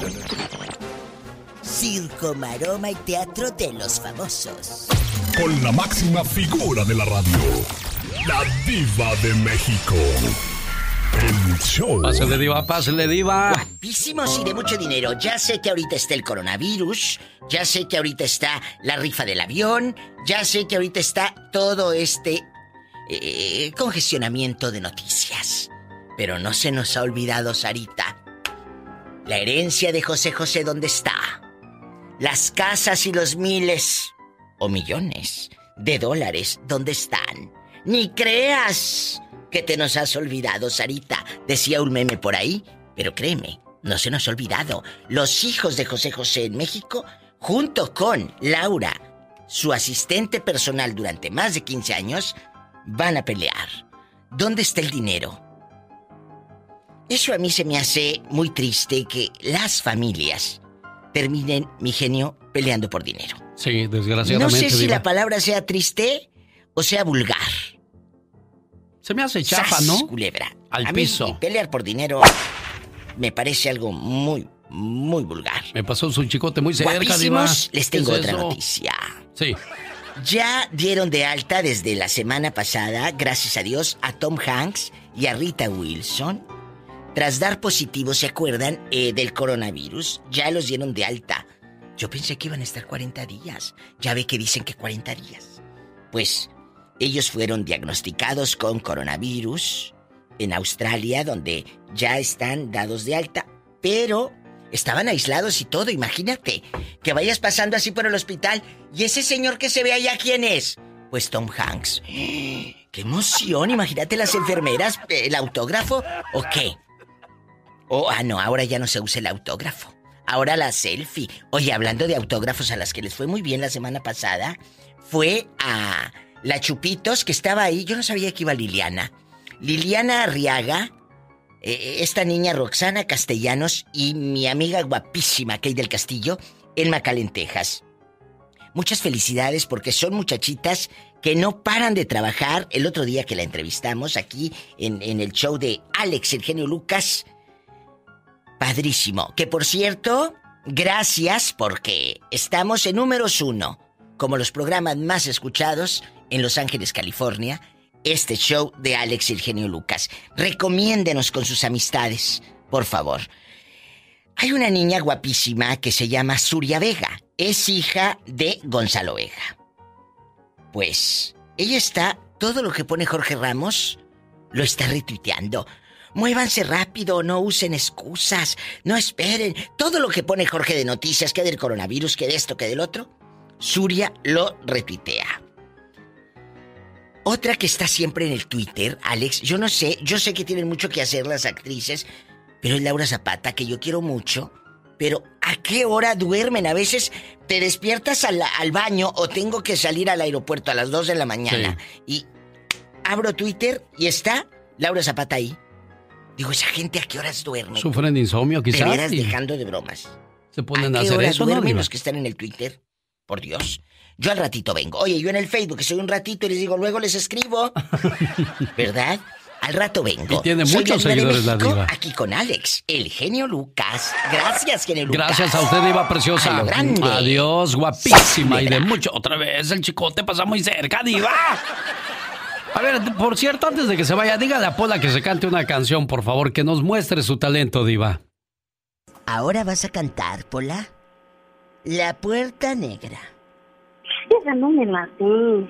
Circo, maroma y teatro de los famosos. Con la máxima figura de la radio, La Diva de México. El show. Pásale, Diva, pásale, Diva. Guapísimos y de mucho dinero. Ya sé que ahorita está el coronavirus. Ya sé que ahorita está la rifa del avión. Ya sé que ahorita está todo este eh, congestionamiento de noticias. Pero no se nos ha olvidado, Sarita. La herencia de José José, ¿dónde está? Las casas y los miles o millones de dólares, ¿dónde están? Ni creas que te nos has olvidado, Sarita. Decía un meme por ahí, pero créeme, no se nos ha olvidado. Los hijos de José José en México, junto con Laura, su asistente personal durante más de quince años, van a pelear. ¿Dónde está el dinero? Eso a mí se me hace muy triste, que las familias terminen, mi genio, peleando por dinero. Sí, desgraciadamente. No sé si Diva. la palabra sea triste o sea vulgar. Se me hace chafa, ¡Sas, ¿no? culebra! Al a mí, piso. pelear por dinero me parece algo muy, muy vulgar. Me pasó su chicote muy cerca, Diva. Guapísimos, les tengo ¿Qué es otra eso? noticia. Sí. Ya dieron de alta desde la semana pasada, gracias a Dios, a Tom Hanks y a Rita Wilson. Tras dar positivo, ¿se acuerdan eh, del coronavirus? Ya los dieron de alta. Yo pensé que iban a estar cuarenta días. Ya ve que dicen que cuarenta días. Pues ellos fueron diagnosticados con coronavirus en Australia, donde ya están dados de alta, pero estaban aislados y todo. Imagínate que vayas pasando así por el hospital y ese señor que se ve allá, ¿quién es? Pues Tom Hanks. ¡Qué emoción! Imagínate las enfermeras, el autógrafo, ¿o qué? Oh, ah, no, ahora ya no se usa el autógrafo. Ahora la selfie. Oye, hablando de autógrafos a las que les fue muy bien la semana pasada, fue a la Chupitos, que estaba ahí. Yo no sabía que iba Liliana. Liliana Arriaga, eh, esta niña Roxana Castellanos y mi amiga guapísima Kay del Castillo en McAllen, Texas. Muchas felicidades porque son muchachitas que no paran de trabajar. El otro día que la entrevistamos aquí en, en el show de Alex, el genio Lucas, padrísimo. Que por cierto, gracias porque estamos en números uno, como los programas más escuchados en Los Ángeles, California. Este show de Alex y el genio Lucas. Recomiéndenos con sus amistades, por favor. Hay una niña guapísima que se llama Suria Vega. Es hija de Gonzalo Vega. Pues ella está, todo lo que pone Jorge Ramos, lo está retuiteando. Muévanse rápido, no usen excusas, no esperen. Todo lo que pone Jorge de noticias, que del coronavirus, que de esto, que del otro, Suria lo retuitea. Otra que está siempre en el Twitter, Alex, yo no sé, yo sé que tienen mucho que hacer las actrices, pero es Laura Zapata, que yo quiero mucho. Pero ¿a qué hora duermen? A veces te despiertas al, al baño o tengo que salir al aeropuerto a las dos de la mañana. Sí. Y abro Twitter y está Laura Zapata ahí. Digo, ¿esa gente a qué horas duerme? ¿Sufren de insomnio quizás? De veras, y dejando de bromas. ¿Se ponen a, ¿A qué hacer hora eso, duermen no? los que están en el Twitter? Por Dios. Yo al ratito vengo. Oye, yo en el Facebook soy un ratito y les digo, luego les escribo. ¿Verdad? Al rato vengo. Y tiene Soy muchos la Diva de seguidores la México, Diva. aquí con Alex, el genio Lucas. Gracias, genio Lucas. Gracias a usted, Diva preciosa. A lo grande. Adiós, guapísima. Y de mucho. Otra vez el chicote pasa muy cerca, Diva. A ver, por cierto, antes de que se vaya, dígale a Pola que se cante una canción, por favor, que nos muestre su talento, Diva. Ahora vas a cantar, Pola. La Puerta Negra. Esa no me la sé.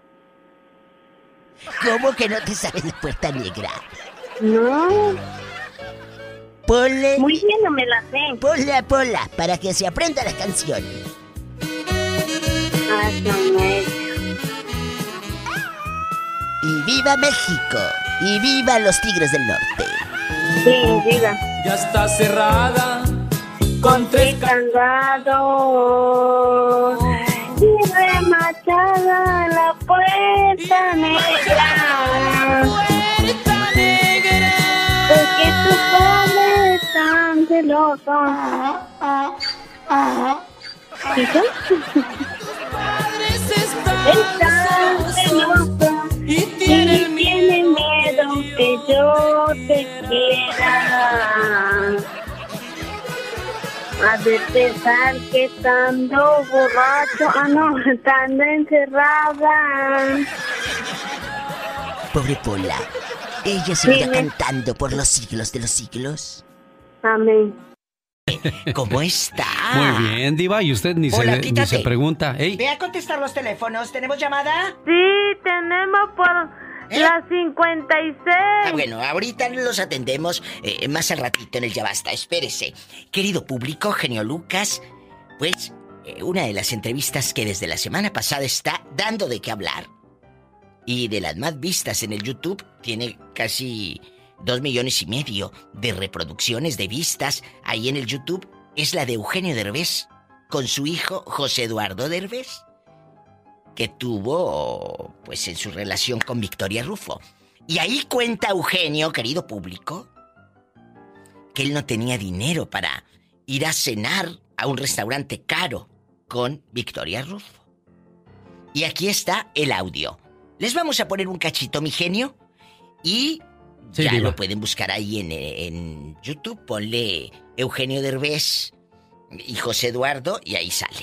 ¿Cómo que no te sabes la Puerta Negra? No. Ponle... Muy bien, no me la sé. Pola, Pola, para que se aprenda la canción. Y viva México. Y viva los Tigres del Norte. Sí, diga. Ya está cerrada con tres candados y remachada la puerta negra. Puerta negra. Porque tus padres están celosos. ¿Y tú? Están celosos y tienen miedo que yo te quiera. A de pesar que estando borracho, ah no, estando encerrada. pobre Pola. Ella seguirá cantando por los siglos de los siglos. Amén. ¿Cómo está? Muy bien, Diva, y usted ni, Hola, se, ni se pregunta. Ey. Ve a contestar los teléfonos. ¿Tenemos llamada? Sí, tenemos por ¿Eh? la cincuenta y seis. Ah, bueno, ahorita los atendemos eh, más al ratito en el Ya Basta. Espérese. Querido público, genio Lucas, pues eh, una de las entrevistas que desde la semana pasada está dando de qué hablar y de las más vistas en el YouTube, tiene casi dos millones y medio de reproducciones, de vistas ahí en el YouTube, es la de Eugenio Derbez con su hijo José Eduardo Derbez, que tuvo, pues, en su relación con Victoria Rufo. Y ahí cuenta Eugenio, querido público, que él no tenía dinero para ir a cenar a un restaurante caro con Victoria Rufo. Y aquí está el audio. Les vamos a poner un cachito, mi genio, y sí, ya diva. Lo pueden buscar ahí en, en YouTube. Ponle Eugenio Derbez y José Eduardo y ahí sale.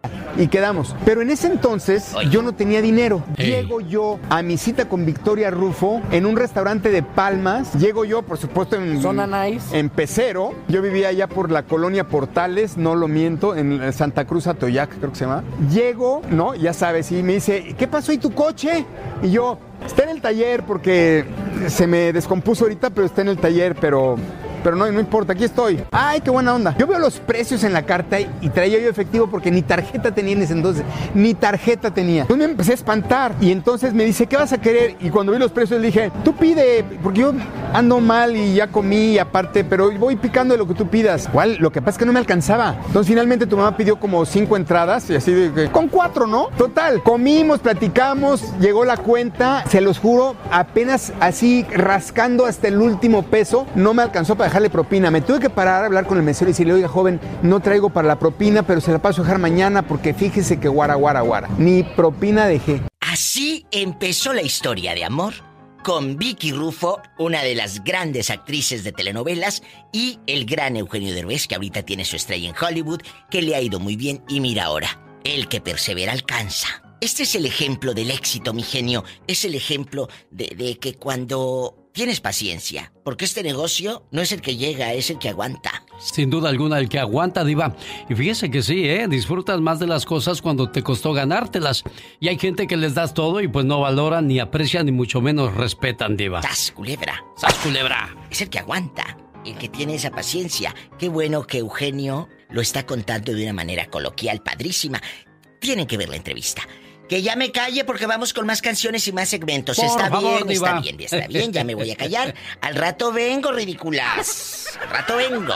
Y quedamos. Pero en ese entonces Oye. yo no tenía dinero. Ey. Llego yo a mi cita con Victoria Rufo en un restaurante de Palmas. Llego yo, por supuesto, en Zona Nice, en Pecero. Yo vivía allá por la colonia Portales, no lo miento, en Santa Cruz Atoyac, creo que se llama. Llego, ¿no? Ya sabes, y me dice, ¿qué pasó? ¿Y tu coche? Y yo, está en el taller porque se me descompuso ahorita, pero está en el taller, pero... Pero no, no importa, aquí estoy. ¡Ay, qué buena onda! Yo veo los precios en la carta y traía yo efectivo porque ni tarjeta tenía en ese entonces. Ni tarjeta tenía. Entonces me empecé a espantar. Y entonces me dice, ¿qué vas a querer? Y cuando vi los precios le dije, tú pide, porque yo ando mal y ya comí aparte, pero voy picando de lo que tú pidas. ¿Cuál? Lo que pasa es que no me alcanzaba. Entonces finalmente tu mamá pidió como cinco entradas y así de que, con cuatro, ¿no? Total, comimos, platicamos, llegó la cuenta. Se los juro, apenas así rascando hasta el último peso, no me alcanzó para dejarle propina. Me tuve que parar a hablar con el mesero y decirle, oiga, joven, no traigo para la propina, pero se la paso a dejar mañana porque fíjese que guara, guara, guara. Ni propina dejé. Así empezó la historia de amor con Vicky Rufo, una de las grandes actrices de telenovelas, y el gran Eugenio Derbez, que ahorita tiene su estrella en Hollywood, que le ha ido muy bien, y mira ahora, el que persevera alcanza. Este es el ejemplo del éxito, mi genio. Es el ejemplo de, de que cuando tienes paciencia, porque este negocio no es el que llega, es el que aguanta. Sin duda alguna, el que aguanta, Diva. Y fíjese que sí, ¿eh? Disfrutas más de las cosas cuando te costó ganártelas. Y hay gente que les das todo y pues no valoran, ni aprecian, ni mucho menos respetan, Diva. ¡Sas, culebra! ¡Sas, culebra! Es el que aguanta, el que tiene esa paciencia. Qué bueno que Eugenio lo está contando de una manera coloquial, padrísima. Tienen que ver la entrevista. Que ya me calle porque vamos con más canciones y más segmentos. Por está favor, bien, diva. está bien, está bien, ya me voy a callar. Al rato vengo, ridículas. Al rato vengo.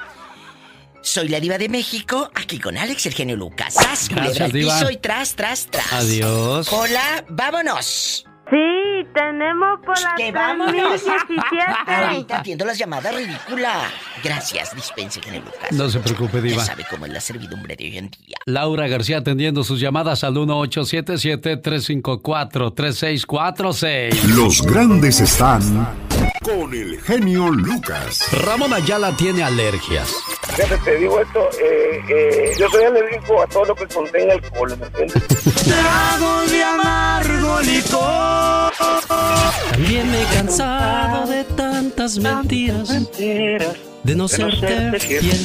Soy la Diva de México, aquí con Alex, el genio Lucas. ¡Sas, culebra al piso y tras, tras, tras! Adiós. Hola, vámonos. Sí, tenemos por la ¡Que vámonos! tres mil diecisiete. Ahorita atiendo las llamadas, ridícula. Gracias, dispense, genio Lucas. No se preocupe, Diva. Ya sabe cómo es la servidumbre de hoy en día. Laura García atendiendo sus llamadas al uno ocho siete siete, tres cinco cuatro, tres seis cuatro seis. Los grandes están con el genio Lucas. Ramón Ayala tiene alergias. Fíjate, te digo esto, eh, eh, yo soy alérgico a todo lo que contenga alcohol, ¿me entiendes? Tragos de amargo licor. También me he cansado de tantas mentiras. Mentiras. De no serte fiel.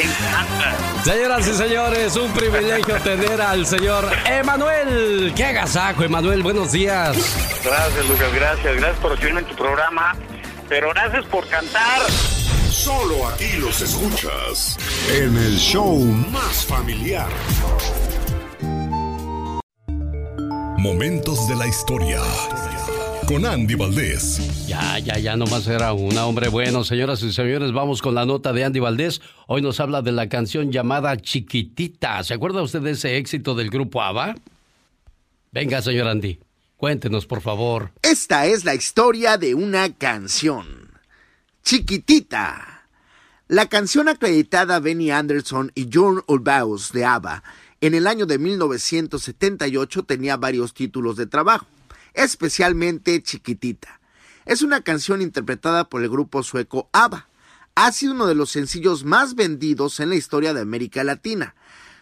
Señoras y señores, un privilegio tener al señor Emanuel. ¡Qué agasajo, Emanuel! Buenos días. Gracias, Lucas, gracias. Gracias por recibirme en tu programa. Pero gracias por cantar. Solo aquí los escuchas en el show más familiar. Momentos de la historia con Andy Valdés. Ya, ya, ya, nomás era una, hombre bueno. Señoras y señores, vamos con la nota de Andy Valdés. Hoy nos habla de la canción llamada Chiquitita. ¿Se acuerda usted de ese éxito del grupo ABBA? Venga, señor Andy, cuéntenos, por favor. Esta es la historia de una canción. Chiquitita. La canción acreditada a Benny Andersson y John Ulvaeus de ABBA en el año de mil novecientos setenta y ocho tenía varios títulos de trabajo, especialmente Chiquitita. Es una canción interpretada por el grupo sueco ABBA. Ha sido uno de los sencillos más vendidos en la historia de América Latina.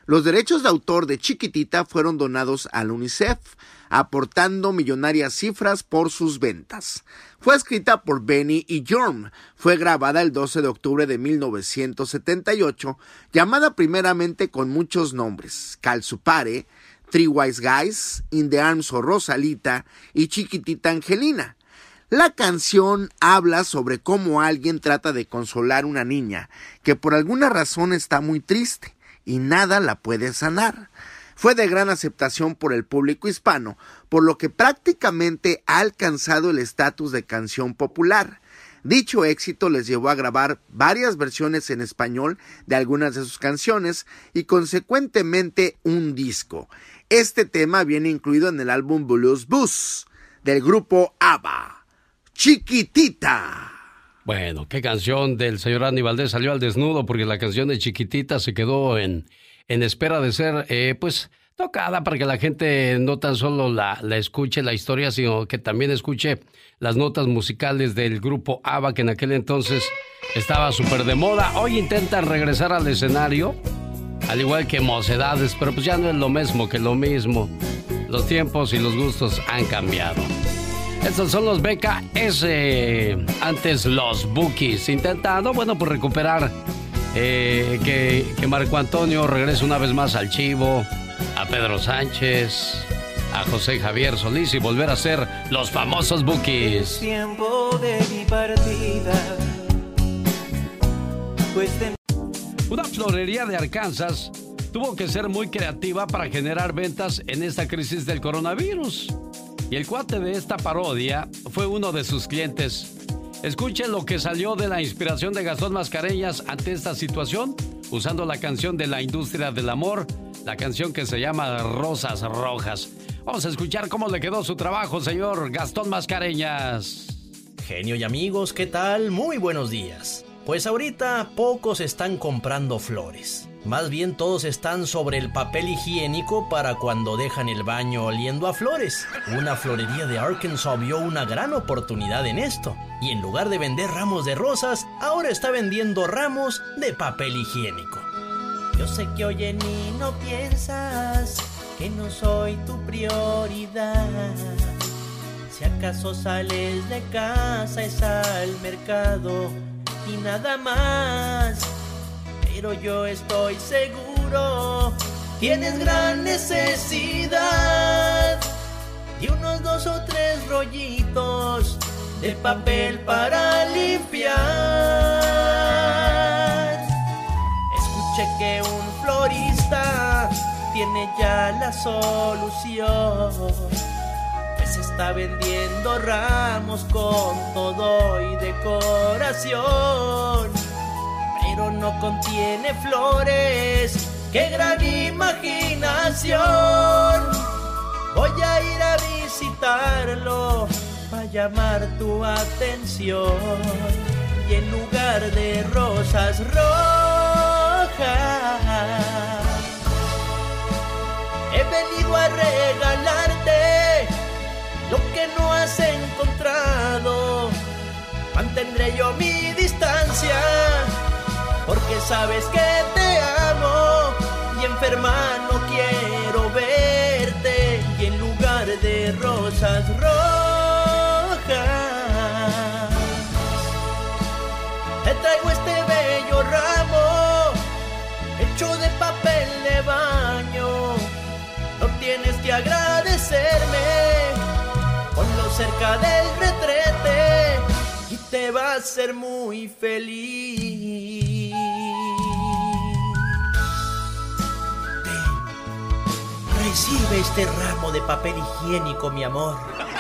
Los derechos de autor de Chiquitita fueron donados al UNICEF, aportando millonarias cifras por sus ventas. Fue escrita por Benny y Jorm. Fue grabada el doce de octubre de mil novecientos setenta y ocho, llamada primeramente con muchos nombres: Calzupare, Three Wise Guys, In the Arms of Rosalita y Chiquitita Angelina. La canción habla sobre cómo alguien trata de consolar a una niña que por alguna razón está muy triste y nada la puede sanar. Fue de gran aceptación por el público hispano, por lo que prácticamente ha alcanzado el estatus de canción popular. Dicho éxito les llevó a grabar varias versiones en español de algunas de sus canciones y consecuentemente un disco. Este tema viene incluido en el álbum Blues Bus del grupo ABBA. Chiquitita. Bueno, qué canción del señor Andy Valdés salió al desnudo, porque la canción de Chiquitita se quedó en, en espera de ser, eh, pues, tocada para que la gente no tan solo la, la escuche la historia, sino que también escuche las notas musicales del grupo ABBA, que en aquel entonces estaba súper de moda. Hoy intentan regresar al escenario, al igual que Mocedades, pero pues ya no es lo mismo que lo mismo. Los tiempos y los gustos han cambiado. Estos son los B K S, antes los Bukis, intentando, bueno, pues recuperar eh, que, que Marco Antonio regrese una vez más al Chivo, a Pedro Sánchez, a José Javier Solís y volver a ser los famosos Bukis. Tiempo de mi partida, pues de... Una florería de Arkansas tuvo que ser muy creativa para generar ventas en esta crisis del coronavirus. Y el cuate de esta parodia fue uno de sus clientes. Escuchen lo que salió de la inspiración de Gastón Mascareñas ante esta situación, usando la canción de la industria del amor, la canción que se llama Rosas Rojas. Vamos a escuchar cómo le quedó su trabajo, señor Gastón Mascareñas. Genio y amigos, ¿qué tal? Muy buenos días. Pues ahorita pocos están comprando flores. Más bien todos están sobre el papel higiénico para cuando dejan el baño oliendo a flores. Una florería de Arkansas vio una gran oportunidad en esto. Y en lugar de vender ramos de rosas, ahora está vendiendo ramos de papel higiénico. Yo sé que hoy en mí no piensas que no soy tu prioridad. Si acaso sales de casa es al mercado y nada más. Pero yo estoy seguro, tienes gran necesidad de unos dos o tres rollitos de papel para limpiar. Escuché que un florista tiene ya la solución, pues está vendiendo ramos con todo y decoración. Pero no contiene flores, ¡qué gran imaginación! Voy a ir a visitarlo para llamar tu atención. Y en lugar de rosas rojas, he venido a regalarte lo que no has encontrado. Mantendré yo mi distancia, porque sabes que te amo y enferma no quiero verte. Y en lugar de rosas rojas, te traigo este bello ramo hecho de papel de baño. No tienes que agradecerme, ponlo cerca del retrete y te va a hacer muy feliz. Recibe este ramo de papel higiénico, mi amor.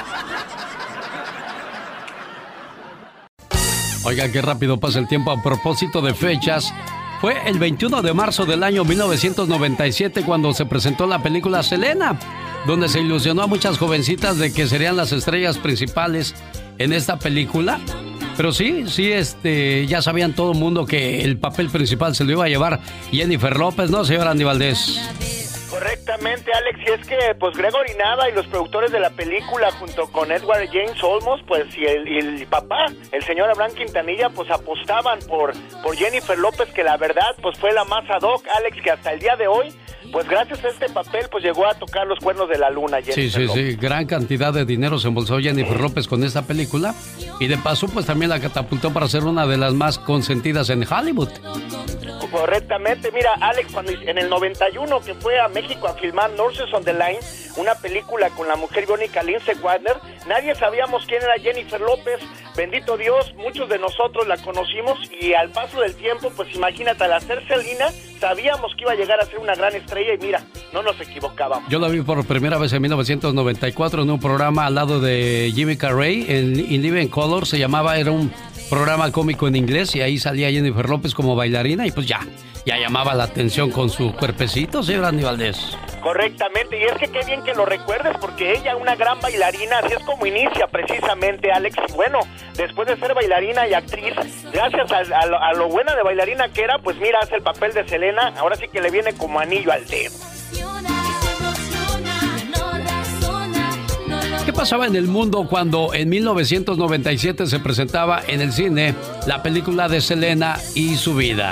Oiga, qué rápido pasa el tiempo. A propósito de fechas, fue el veintiuno de marzo del año mil novecientos noventa y siete cuando se presentó la película Selena, donde se ilusionó a muchas jovencitas de que serían las estrellas principales en esta película. Pero sí, sí, este, ya sabían todo el mundo que el papel principal se lo iba a llevar Jennifer López, ¿no, señor Andy Valdés? Correctamente, Alex, y es que pues Gregory Nava y los productores de la película junto con Edward James Olmos, pues y el, y el papá, el señor Abraham Quintanilla, pues apostaban por, por Jennifer López, que la verdad pues fue la más ad hoc, Alex, que hasta el día de hoy pues gracias a este papel, pues llegó a tocar los cuernos de la luna. Jennifer sí, sí, López. sí, gran cantidad de dinero se embolsó Jennifer López con esta película y de paso, pues también la catapultó para ser una de las más consentidas en Hollywood. Correctamente, mira, Alex, cuando en el noventa y uno que fue a México a filmar Nurses on the Line, una película con la mujer biónica Lindsay Wagner, nadie sabíamos quién era Jennifer López. Bendito Dios, muchos de nosotros la conocimos y al paso del tiempo, pues imagínate, al hacerse Lina, sabíamos que iba a llegar a ser una gran estrella y mira, no nos equivocábamos. Yo la vi por primera vez en mil novecientos noventa y cuatro en un programa al lado de Jimmy Carrey en In Living Color, se llamaba, era un programa cómico en inglés y ahí salía Jennifer López como bailarina y pues ya, ya llamaba la atención con su cuerpecito, señor Andy Valdés. Correctamente, y es que qué bien que lo recuerdes porque ella, una gran bailarina, así es como inicia precisamente, Alex, y bueno, después de ser bailarina y actriz, gracias a, a, lo, a lo buena de bailarina que era, pues mira, hace el papel de Selena, ahora sí que le viene como anillo al dedo. ¿Qué pasaba en el mundo cuando en mil novecientos noventa y siete se presentaba en el cine la película de Selena y su vida?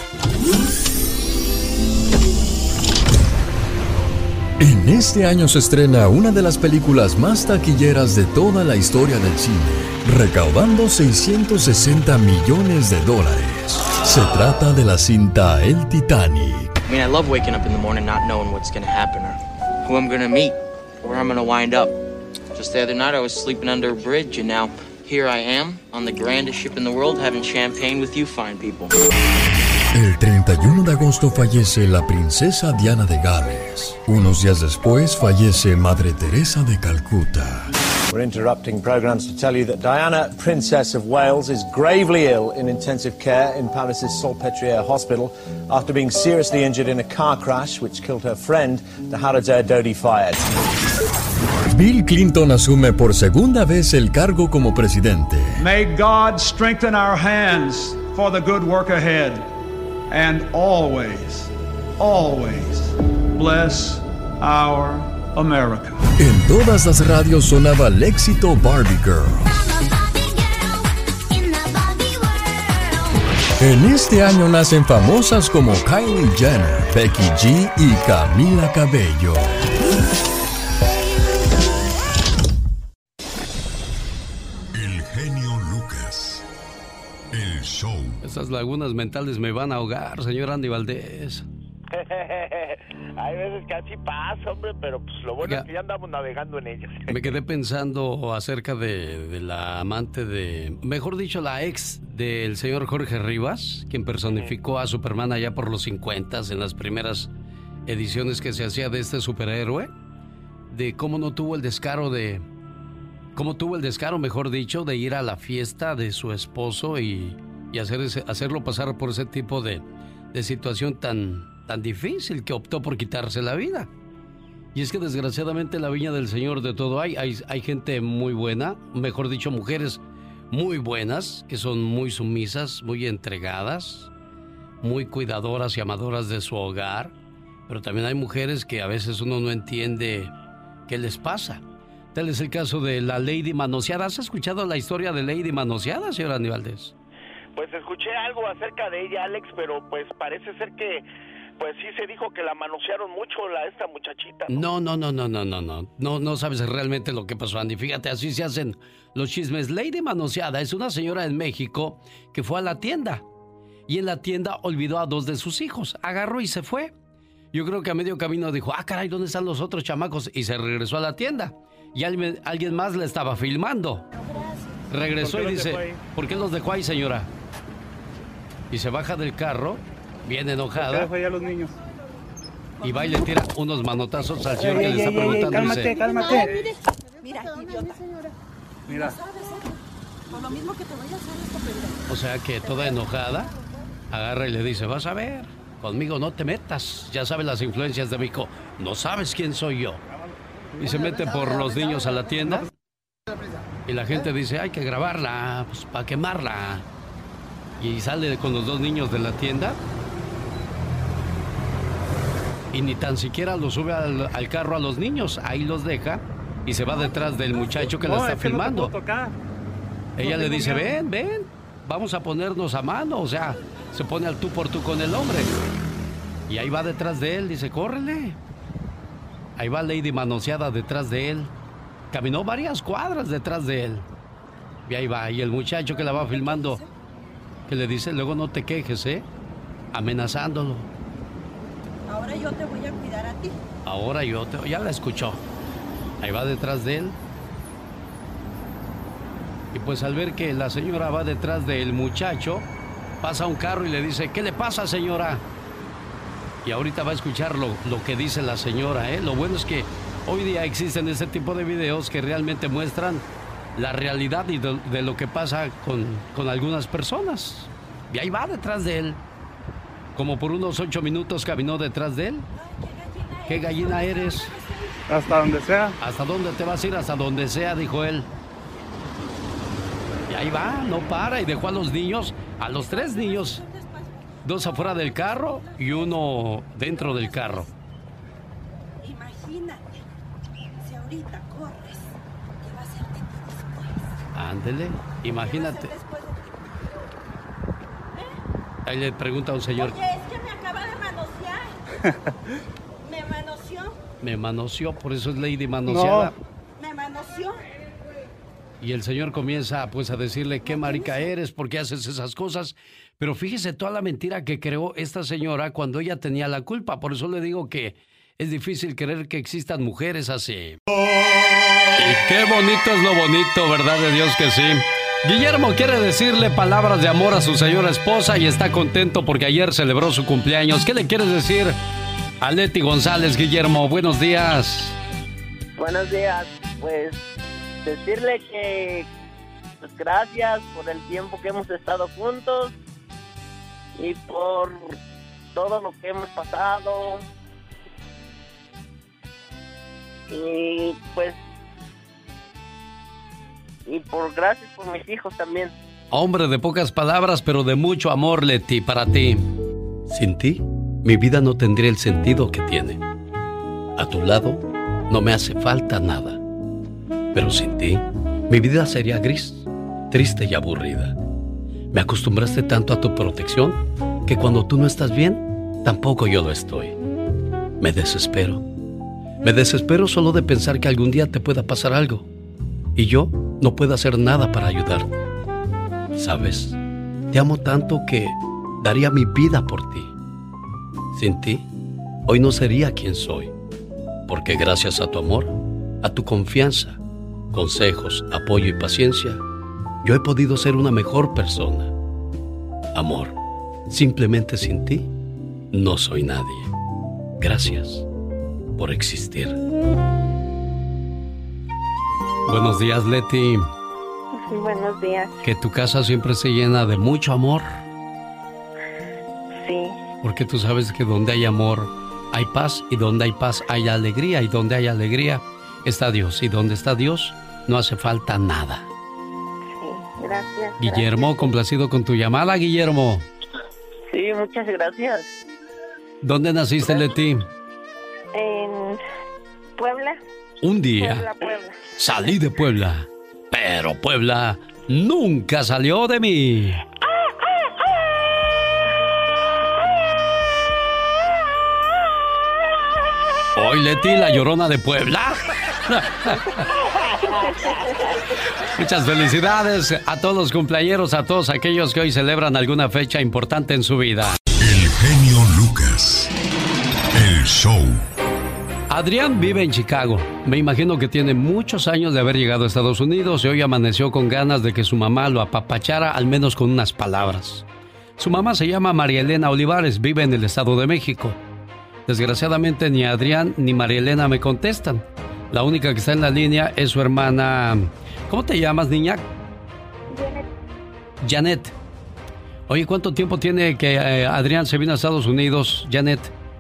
En este año se estrena una de las películas más taquilleras de toda la historia del cine, recaudando seiscientos sesenta millones de dólares. Se trata de la cinta El Titanic. I mean, I love waking up in the morning not knowing what's going to happen or who I'm going to meet, where I'm going to wind up. Just the other night I was sleeping under a bridge and now here I am on the grandest ship in the world having champagne with you fine people. El treinta y uno de agosto fallece la princesa Diana de Gales. Unos días después fallece Madre Teresa de Calcuta. We're interrupting programs to tell you that Diana, Princess of Wales, is gravely ill in intensive care in Paris's Salpêtrière Hospital after being seriously injured in a car crash which killed her friend, the Harrods Dodi Fayed. Bill Clinton asume por segunda vez el cargo como presidente. May God strengthen our hands for the good work ahead. And always, always bless our America. En todas las radios sonaba el éxito Barbie Girl. En este año nacen famosas como Kylie Jenner, Becky G y Camila Cabello. El genio Lucas. El show. Esas lagunas mentales me van a ahogar, señor Andy Valdés. Hay veces que así pasa, hombre, pero pues lo bueno Oiga, es que ya andamos navegando en ellas. Me quedé pensando acerca de, de la amante de... Mejor dicho, la ex del señor Jorge Rivas, quien personificó a Superman allá por los cincuentas en las primeras ediciones que se hacía de este superhéroe. De cómo no tuvo el descaro de... Cómo tuvo el descaro, mejor dicho, de ir a la fiesta de su esposo y, y hacer ese, hacerlo pasar por ese tipo de, de situación tan... tan difícil que optó por quitarse la vida. Y es que desgraciadamente en la viña del Señor de todo hay, hay, hay gente muy buena, mejor dicho, mujeres muy buenas, que son muy sumisas, muy entregadas, muy cuidadoras y amadoras de su hogar, pero también hay mujeres que a veces uno no entiende qué les pasa. Tal es el caso de la Lady Manoseada. ¿Has escuchado la historia de Lady Manoseada, señor Andy Valdés? Pues escuché algo acerca de ella, Alex, pero pues parece ser que pues sí se dijo que la manosearon mucho la esta muchachita, ¿no? No, no, no, no, no, no, no, no, no sabes realmente lo que pasó, Andy. Fíjate, así se hacen los chismes. Lady Manoseada es una señora en México que fue a la tienda y en la tienda olvidó a dos de sus hijos. Agarró y se fue. Yo creo que a medio camino dijo, ah, caray, ¿dónde están los otros chamacos? Y se regresó a la tienda y alguien, alguien más la estaba filmando. Regresó y dice, ¿por qué los dejó ahí, señora? Y se baja del carro, bien enojada. ¿Por qué dejó ahí a los niños? Y va y le tira unos manotazos al señor ey, que ey, le está ey, preguntando. Ey, cálmate, dice, cálmate. Mira, idiota. Mira. Por lo mismo que te vayas a hacer esto, pendejo. O sea que toda enojada, agarra y le dice, vas a ver, conmigo no te metas. Ya sabes las influencias de mi hijo. No sabes quién soy yo. Y se mete por los niños a la tienda. Y la gente dice, hay que grabarla, pues para quemarla. Y sale con los dos niños de la tienda. Y ni tan siquiera los sube al, al carro a los niños. Ahí los deja y se va detrás del muchacho que la está filmando. Ella le dice, ven, ven, vamos a ponernos a mano. O sea, se pone al tú por tú con el hombre. Y ahí va detrás de él, dice, córrele. Ahí va Lady manoseada detrás de él. Caminó varias cuadras detrás de él. Y ahí va, y el muchacho que la va filmando, que le dice, luego no te quejes, ¿eh? Amenazándolo. Ahora yo te voy a cuidar a ti. Ahora yo te... Ya la escuchó. Ahí va detrás de él. Y pues al ver que la señora va detrás del muchacho, pasa un carro y le dice, ¿qué le pasa, señora? Y ahorita va a escuchar lo, lo que dice la señora, ¿eh? Lo bueno es que hoy día existen este tipo de videos que realmente muestran la realidad y de, de lo que pasa con, con algunas personas. Y ahí va detrás de él. Como por unos ocho minutos caminó detrás de él. ¿Qué gallina eres? Hasta donde sea. ¿Hasta dónde te vas a ir? Hasta donde sea, dijo él. Y ahí va, no para. Y dejó a los niños, a los tres niños. Dos afuera del carro y uno dentro del carro. Imagínate, si ahorita corres, ¿qué va a hacer de ti después? Ándele, imagínate. Ahí le pregunta a un señor. Oye, es que me acaba de manosear. Me manoseó. Me manoseó, por eso es Lady manoseada. No. Me manoseó. Y el señor comienza pues a decirle, qué marica eres, ¿por qué haces esas cosas? Pero fíjese toda la mentira que creó esta señora cuando ella tenía la culpa. Por eso le digo que es difícil creer que existan mujeres así. Y qué bonito es lo bonito, ¿verdad de Dios que sí? Guillermo quiere decirle palabras de amor a su señora esposa y está contento porque ayer celebró su cumpleaños. ¿Qué le quieres decir a Leti González, Guillermo? Buenos días. Buenos días, pues decirle que pues, gracias por el tiempo que hemos estado juntos y por todo lo que hemos pasado. Y pues y por gracias por mis hijos también. Hombre de pocas palabras, pero de mucho amor, Leti, para ti. Sin ti, mi vida no tendría el sentido que tiene. A tu lado, no me hace falta nada. Pero sin ti, mi vida sería gris, triste y aburrida. Me acostumbraste tanto a tu protección que cuando tú no estás bien, tampoco yo lo estoy. Me desespero. Me desespero solo de pensar que algún día te pueda pasar algo y yo no puedo hacer nada para ayudarte. ¿Sabes? Te amo tanto que daría mi vida por ti. Sin ti, hoy no sería quien soy, porque gracias a tu amor, a tu confianza, consejos, apoyo y paciencia, yo he podido ser una mejor persona. Amor, simplemente sin ti, no soy nadie. Gracias por existir. Buenos días, Leti. Buenos días. Que tu casa siempre se llena de mucho amor. Sí. Porque tú sabes que donde hay amor hay paz, y donde hay paz hay alegría, y donde hay alegría está Dios, y donde está Dios no hace falta nada. Sí, gracias. Guillermo, gracias. complacido con tu llamada, Guillermo. Sí, muchas gracias. ¿Dónde naciste, Leti? En Puebla. Un día Puebla, Puebla. Salí de Puebla, pero Puebla nunca salió de mí. Hoy, Leti, la Llorona de Puebla. Muchas felicidades a todos los cumpleañeros, a todos aquellos que hoy celebran alguna fecha importante en su vida. El genio Lucas. El show. Adrián vive en Chicago. Me imagino que tiene muchos años de haber llegado a Estados Unidos y hoy amaneció con ganas de que su mamá lo apapachara al menos con unas palabras. Su mamá se llama María Elena Olivares, vive en el Estado de México. Desgraciadamente ni Adrián ni María Elena me contestan. La única que está en la línea es su hermana... ¿Cómo te llamas, niña? Janet. Janet. Oye, ¿cuánto tiempo tiene que eh, Adrián se vino a Estados Unidos, Janet?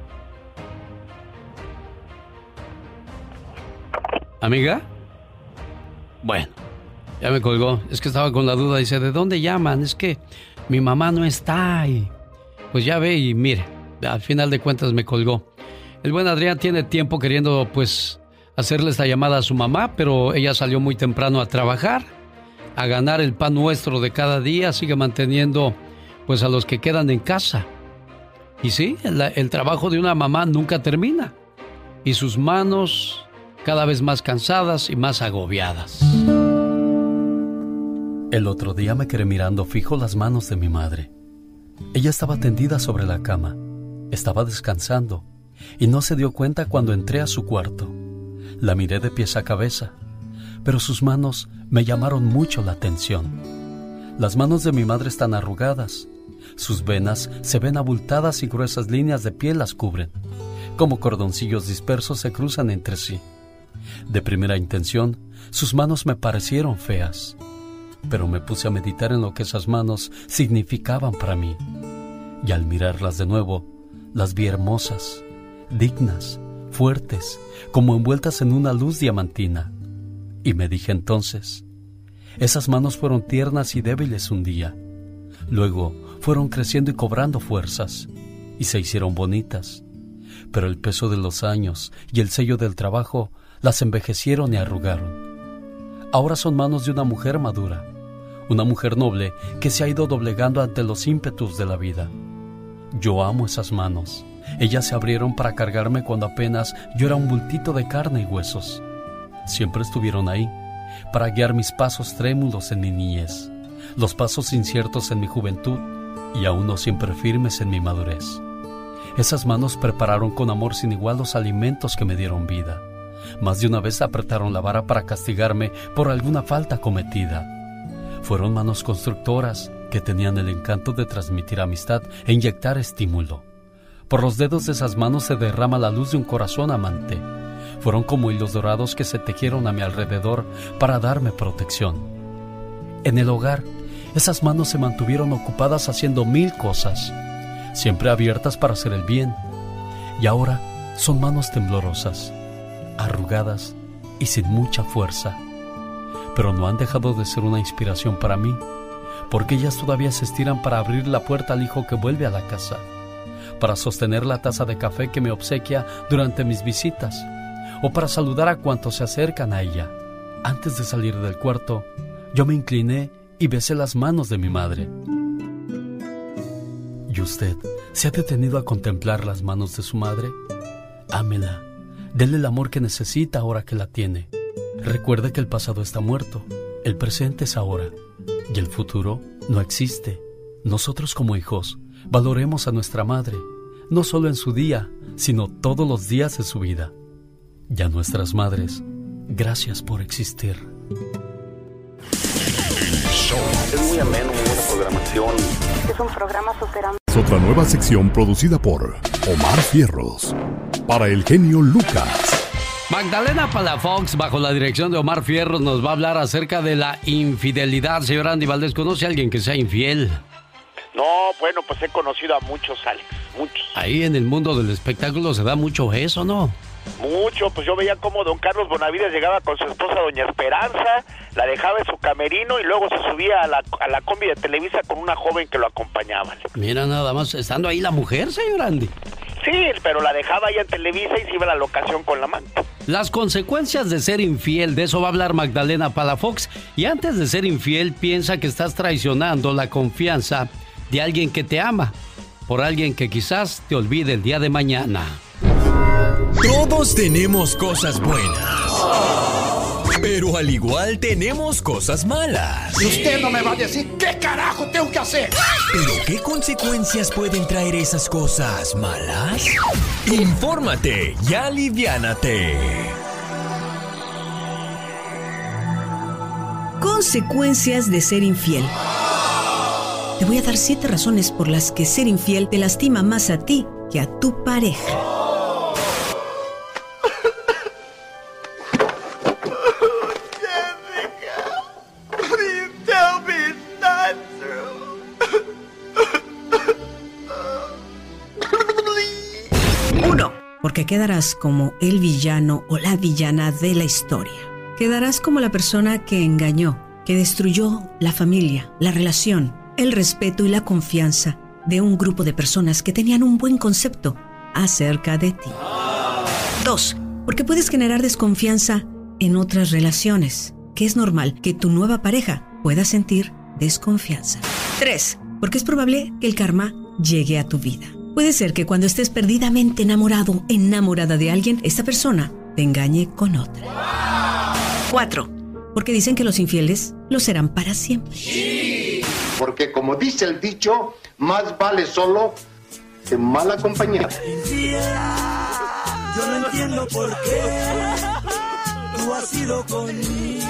¿Amiga? Bueno, ya me colgó. Es que estaba con la duda. Dice, ¿de dónde llaman? Es que mi mamá no está ahí. Pues ya ve y mire, al final de cuentas me colgó. El buen Adrián tiene tiempo queriendo, pues, hacerle esta llamada a su mamá, pero ella salió muy temprano a trabajar, a ganar el pan nuestro de cada día. Sigue manteniendo, pues, a los que quedan en casa. Y sí, el, el trabajo de una mamá nunca termina. Y sus manos cada vez más cansadas y más agobiadas. El otro día me quedé mirando fijo las manos de mi madre. Ella estaba tendida sobre la cama. Estaba descansando y no se dio cuenta cuando entré a su cuarto. La miré de pies a cabeza, pero sus manos me llamaron mucho la atención. Las manos de mi madre están arrugadas. Sus venas se ven abultadas y gruesas líneas de piel las cubren. Como cordoncillos dispersos se cruzan entre sí. De primera intención, sus manos me parecieron feas, pero me puse a meditar en lo que esas manos significaban para mí. Y al mirarlas de nuevo, las vi hermosas, dignas, fuertes, como envueltas en una luz diamantina. Y me dije entonces, esas manos fueron tiernas y débiles un día. Luego fueron creciendo y cobrando fuerzas, y se hicieron bonitas. Pero el peso de los años y el sello del trabajo las envejecieron y arrugaron. Ahora son manos de una mujer madura, una mujer noble que se ha ido doblegando ante los ímpetus de la vida. Yo amo esas manos. Ellas se abrieron para cargarme cuando apenas yo era un bultito de carne y huesos. Siempre estuvieron ahí, para guiar mis pasos trémulos en mi niñez, los pasos inciertos en mi juventud y aún no siempre firmes en mi madurez. Esas manos prepararon con amor sin igual los alimentos que me dieron vida. Más de una vez apretaron la vara para castigarme por alguna falta cometida. Fueron manos constructoras que tenían el encanto de transmitir amistad e inyectar estímulo. Por los dedos de esas manos se derrama la luz de un corazón amante. Fueron como hilos dorados que se tejieron a mi alrededor para darme protección. En el hogar, esas manos se mantuvieron ocupadas haciendo mil cosas, siempre abiertas para hacer el bien. Y ahora son manos temblorosas, arrugadas y sin mucha fuerza. Pero no han dejado de ser una inspiración para mí, porque ellas todavía se estiran para abrir la puerta al hijo que vuelve a la casa, para sostener la taza de café que me obsequia durante mis visitas, o para saludar a cuantos se acercan a ella. Antes de salir del cuarto, yo me incliné y besé las manos de mi madre. ¿Y usted se ha detenido a contemplar las manos de su madre? Ámela, dele el amor que necesita ahora que la tiene. Recuerde que el pasado está muerto, el presente es ahora, y el futuro no existe. Nosotros como hijos valoremos a nuestra madre, no solo en su día, sino todos los días de su vida. Y a nuestras madres, gracias por existir. Es muy ameno, muy buena programación. Es un programa súper ameno. Es otra nueva sección producida por Omar Fierros, para el genio Lucas. Magdalena Palafox, bajo la dirección de Omar Fierros, nos va a hablar acerca de la infidelidad. Señor Andy Valdés, ¿conoce a alguien que sea infiel? No, bueno, pues he conocido a muchos, Alex, muchos. Ahí en el mundo del espectáculo se da mucho eso, ¿no? Mucho, pues yo veía cómo don Carlos Bonavides llegaba con su esposa doña Esperanza, la dejaba en su camerino y luego se subía a la, a la combi de Televisa con una joven que lo acompañaba. Mira nada más, estando ahí la mujer, señor Andy. Sí, pero la dejaba ahí en Televisa y se iba a la locación con la amante. Las consecuencias de ser infiel, de eso va a hablar Magdalena Palafox. Y antes de ser infiel, piensa que estás traicionando la confianza de alguien que te ama, por alguien que quizás te olvide el día de mañana. Todos tenemos cosas buenas, pero al igual tenemos cosas malas. Y usted no me va a decir qué carajo tengo que hacer. ¿Pero qué consecuencias pueden traer esas cosas malas? Infórmate y aliviánate. Consecuencias de ser infiel. Te voy a dar siete razones por las que ser infiel te lastima más a ti que a tu pareja. Uno, porque quedarás como el villano o la villana de la historia. Quedarás como la persona que engañó, que destruyó la familia, la relación, el respeto y la confianza de un grupo de personas que tenían un buen concepto acerca de ti. Dos, porque puedes generar desconfianza en otras relaciones, que es normal que tu nueva pareja pueda sentir desconfianza. Tres, porque es probable que el karma llegue a tu vida. Puede ser que cuando estés perdidamente enamorado, enamorada de alguien, esta persona te engañe con otra. Cuatro, porque dicen que los infieles lo serán para siempre. Sí. Porque como dice el dicho, más vale solo que mal acompañado. Yo no entiendo por qué tú has sido conmigo.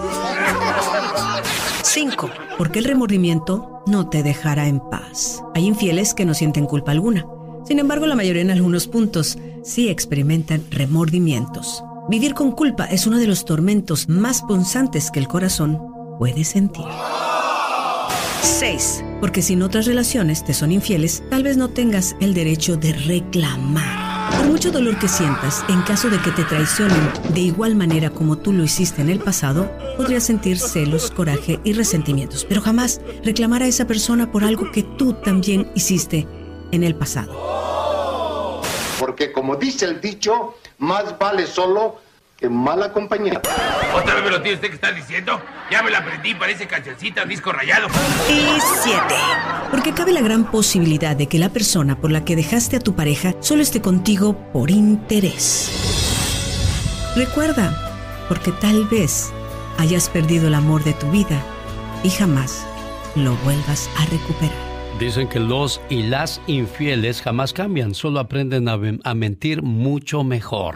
Cinco, porque el remordimiento no te dejará en paz. Hay infieles que no sienten culpa alguna. Sin embargo, la mayoría en algunos puntos sí experimentan remordimientos. Vivir con culpa es uno de los tormentos más punzantes que el corazón puede sentir. Seis, porque si en otras relaciones te son infieles, tal vez no tengas el derecho de reclamar. Por mucho dolor que sientas, en caso de que te traicionen de igual manera como tú lo hiciste en el pasado, podrías sentir celos, coraje y resentimientos, pero jamás reclamar a esa persona por algo que tú también hiciste en el pasado. Porque como dice el dicho, más vale solo que mal acompañado. ¿Otra vez me lo tiene usted que está diciendo? Ya me la aprendí, parece cancioncita, disco rayado. Y siete, porque cabe la gran posibilidad de que la persona por la que dejaste a tu pareja solo esté contigo por interés. Recuerda, porque tal vez hayas perdido el amor de tu vida y jamás lo vuelvas a recuperar. Dicen que los y las infieles jamás cambian, solo aprenden a, a mentir mucho mejor.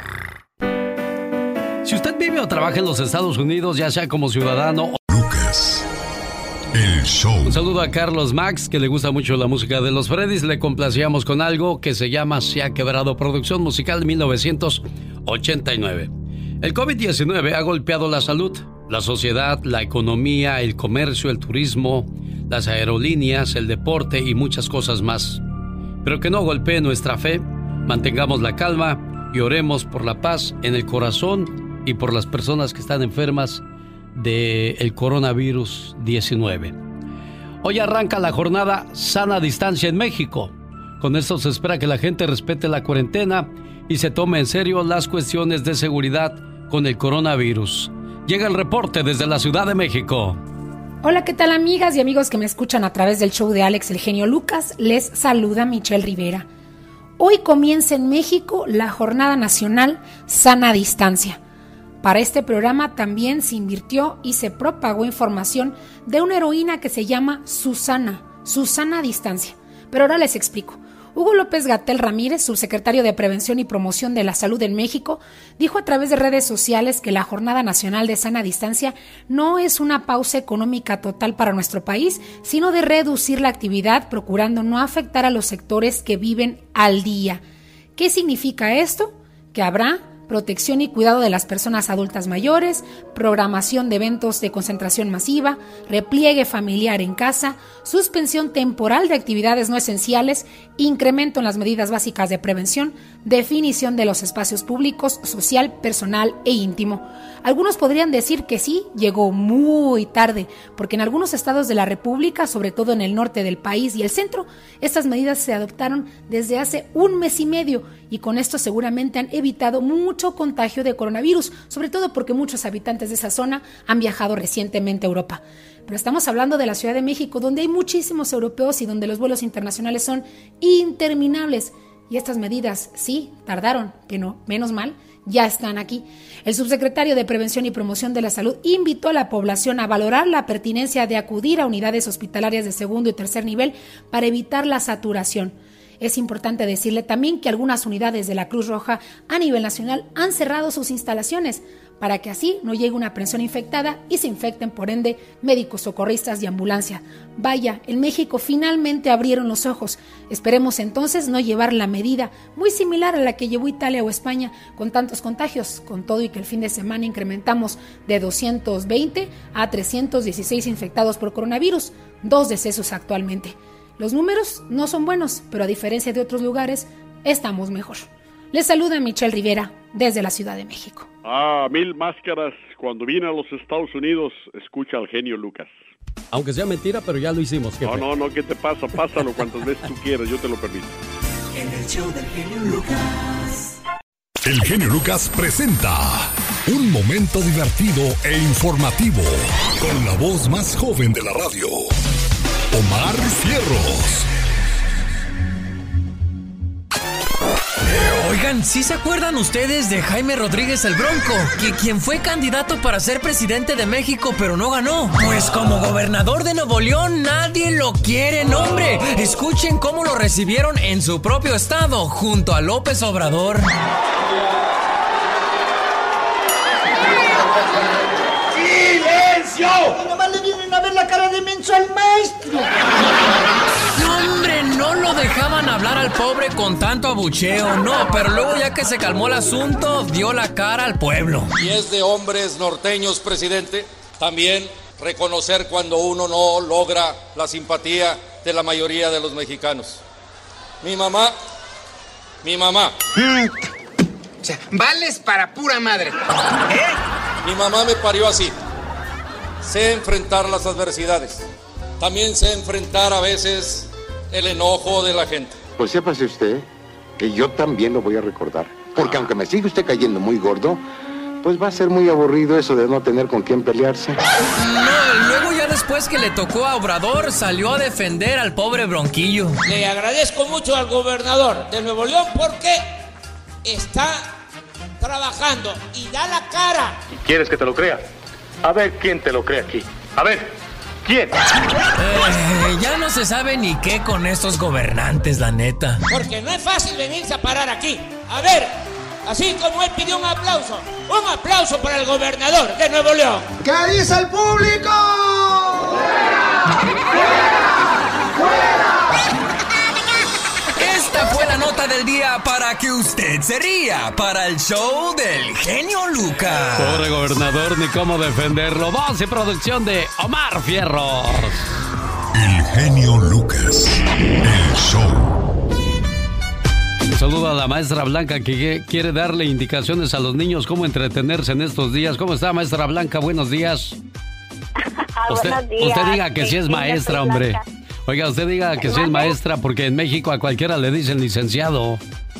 Si usted vive o trabaja en los Estados Unidos, ya sea como ciudadano o... Lucas, el show. Un saludo a Carlos Max, que le gusta mucho la música de los Freddys. Le complacíamos con algo que se llama Se ha quebrado, producción musical de mil novecientos ochenta y nueve. El COVID diecinueve ha golpeado la salud, la sociedad, la economía, el comercio, el turismo, las aerolíneas, el deporte y muchas cosas más. Pero que no golpee nuestra fe, mantengamos la calma y oremos por la paz en el corazón y por las personas que están enfermas del coronavirus diecinueve. Hoy arranca la jornada Sana Distancia en México. Con esto se espera que la gente respete la cuarentena y se tome en serio las cuestiones de seguridad con el coronavirus. Llega el reporte desde la Ciudad de México. Hola, ¿qué tal, amigas y amigos que me escuchan a través del show de Alex El Genio Lucas? Les saluda Michelle Rivera. Hoy comienza en México la Jornada Nacional Sana Distancia. Para este programa también se invirtió y se propagó información de una heroína que se llama Susana, Susana Distancia. Pero ahora les explico. Hugo López-Gatell Ramírez, subsecretario de Prevención y Promoción de la Salud en México, dijo a través de redes sociales que la Jornada Nacional de Sana Distancia no es una pausa económica total para nuestro país, sino de reducir la actividad procurando no afectar a los sectores que viven al día. ¿Qué significa esto? Que habrá protección y cuidado de las personas adultas mayores, programación de eventos de concentración masiva, repliegue familiar en casa, suspensión temporal de actividades no esenciales, incremento en las medidas básicas de prevención, definición de los espacios públicos, social, personal e íntimo. Algunos podrían decir que sí, llegó muy tarde, porque en algunos estados de la República, sobre todo en el norte del país y el centro, estas medidas se adoptaron desde hace un mes y medio y con esto seguramente han evitado mucho contagio de coronavirus, sobre todo porque muchos habitantes de esa zona han viajado recientemente a Europa. Pero estamos hablando de la Ciudad de México, donde hay muchísimos europeos y donde los vuelos internacionales son interminables. Y estas medidas, sí, tardaron, que no, menos mal, ya están aquí. El subsecretario de Prevención y Promoción de la Salud invitó a la población a valorar la pertinencia de acudir a unidades hospitalarias de segundo y tercer nivel para evitar la saturación. Es importante decirle también que algunas unidades de la Cruz Roja a nivel nacional han cerrado sus instalaciones para que así no llegue una persona infectada y se infecten por ende médicos, socorristas y ambulancia. Vaya, en México finalmente abrieron los ojos. Esperemos entonces no llevar la medida muy similar a la que llevó Italia o España con tantos contagios, con todo y que el fin de semana incrementamos de doscientos veinte a trescientos dieciséis infectados por coronavirus, dos decesos actualmente. Los números no son buenos, pero a diferencia de otros lugares, estamos mejor. Les saluda Michelle Rivera desde la Ciudad de México. Ah, mil máscaras. Cuando vine a los Estados Unidos, escucha al genio Lucas. Aunque sea mentira, pero ya lo hicimos, jefe. No, no, no, ¿qué te pasa? Pásalo cuantas veces tú quieras, yo te lo permito. En el show del genio Lucas. El genio Lucas presenta un momento divertido e informativo con la voz más joven de la radio, Omar Fierros. Oigan, ¿sí se acuerdan ustedes de Jaime Rodríguez el Bronco? Que quien fue candidato para ser presidente de México, pero no ganó. Pues como gobernador de Nuevo León, nadie lo quiere, no, hombre. Escuchen cómo lo recibieron en su propio estado, junto a López Obrador. ¡Silencio! Y nomás le vienen a ver la cara de menso al maestro. No, hombre, no lo dejaban hablar al pobre con tanto abucheo, no, pero luego ya que se calmó el asunto, dio la cara al pueblo. Y es de hombres norteños, presidente, también reconocer cuando uno no logra la simpatía de la mayoría de los mexicanos. Mi mamá, mi mamá. Mm. O sea, vales para pura madre. ¿Eh? Mi mamá me parió así. Sé enfrentar las adversidades. También sé enfrentar a veces el enojo de la gente. Pues sépase usted que yo también lo voy a recordar. Porque aunque me sigue usted cayendo muy gordo, pues va a ser muy aburrido eso de no tener con quién pelearse. No, luego ya después que le tocó a Obrador, salió a defender al pobre Bronquillo. Le agradezco mucho al gobernador de Nuevo León porque está trabajando y da la cara. ¿Y quieres que te lo crea? A ver quién te lo cree aquí. A ver, ¿quién? Eh, ya no se sabe ni qué con estos gobernantes, la neta. Porque no es fácil venirse a parar aquí. A ver, así como él pidió un aplauso, un aplauso para el gobernador de Nuevo León. ¿Qué dice el público? ¡Fuera! ¡Fuera! ¡Fuera! Esta fue la nota del día para que usted se ría, para el show del genio Lucas. Pobre gobernador, ni cómo defenderlo. Voz y producción de Omar Fierros. El genio Lucas, el show. Un saludo a la maestra Blanca que quiere darle indicaciones a los niños cómo entretenerse en estos días. ¿Cómo está, maestra Blanca? Buenos días. Usted, Buenos días. usted diga que sí es maestra, hombre. Oiga, usted diga que sí es maestra porque en México a cualquiera le dicen licenciado.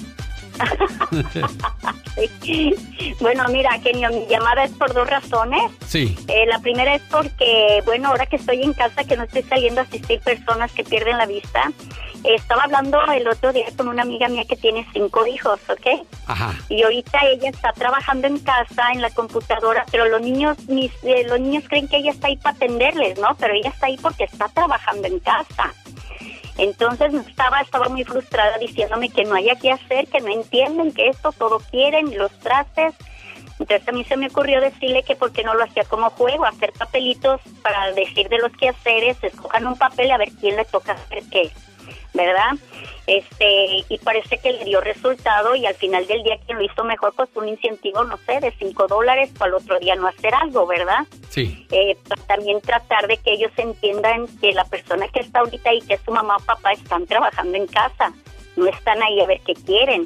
Sí. Bueno, mira, genio, mi llamada es por dos razones. Sí. Eh, la primera es porque, bueno, ahora que estoy en casa, que no estoy saliendo a asistir personas que pierden la vista, eh, estaba hablando el otro día con una amiga mía que tiene cinco hijos, ¿ok? Ajá. Y ahorita ella está trabajando en casa, en la computadora, pero los niños, mis, eh, los niños creen que ella está ahí para atenderles, ¿no? Pero ella está ahí porque está trabajando en casa. Entonces estaba, estaba muy frustrada diciéndome que no haya que hacer, que no entienden, que esto todo quieren, los trastes. Entonces a mí se me ocurrió decirle que por qué no lo hacía como juego, hacer papelitos para decir de los quehaceres, escojan un papel a ver quién le toca hacer qué, ¿verdad? Este, y parece que le dio resultado y al final del día quien lo hizo mejor pues un incentivo, no sé, de cinco dólares para el otro día no hacer algo, ¿verdad? Sí. Eh, también tratar de que ellos entiendan que la persona que está ahorita ahí, que es su mamá o papá, están trabajando en casa, no están ahí a ver qué quieren.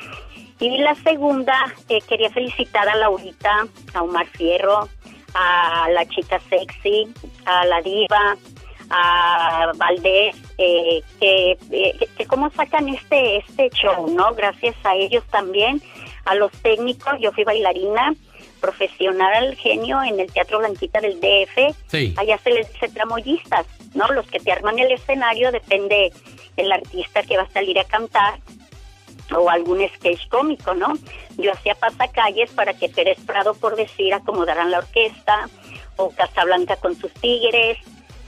Y la segunda, eh, quería felicitar a Laurita, a Omar Fierro, a la chica sexy, a la diva, a Valdés, eh, que, eh, que cómo sacan este este show, ¿no? Gracias a ellos también, a los técnicos. Yo fui bailarina profesional, genio, en el Teatro Blanquita del D F. Sí. Allá se les dice tramoyistas, ¿no? Los que te arman el escenario, depende del artista que va a salir a cantar o algún sketch cómico, ¿no? Yo hacía pasacalles para que Pérez Prado, por decir, acomodaran la orquesta, o Casablanca con sus tigres.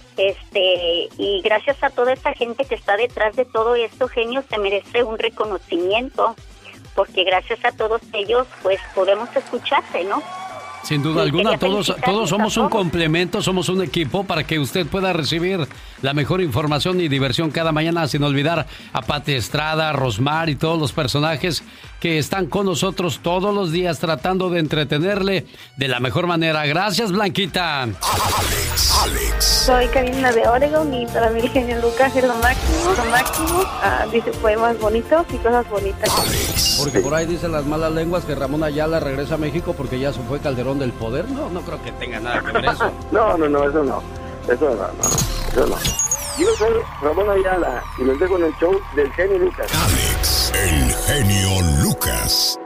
Este, y gracias a toda esa gente que está detrás de todo esto, genio, se merece un reconocimiento, porque gracias a todos ellos, pues, podemos escucharse, ¿no? Sin duda Sí, alguna, quería todos, felicitarlos todos somos a un todos. complemento, somos un equipo para que usted pueda recibir la mejor información y diversión cada mañana, sin olvidar a Pati Estrada, a Rosmar y todos los personajes que están con nosotros todos los días tratando de entretenerle de la mejor manera. Gracias, Blanquita. Alex, Alex. Soy Karina de Oregon y para mí el genio Lucas es lo máximo, lo máximo. Ah, dice poemas bonitos y cosas bonitas. Alex. Porque por ahí dicen las malas lenguas que Ramón Ayala regresa a México porque ya se fue Calderón del poder. No, no creo que tenga nada que ver eso. No, no, no, eso no. Eso no, no, eso no. Yo soy Ramón Ayala y me dejo en el show del genio Lucas. Alex, el genio Lucas.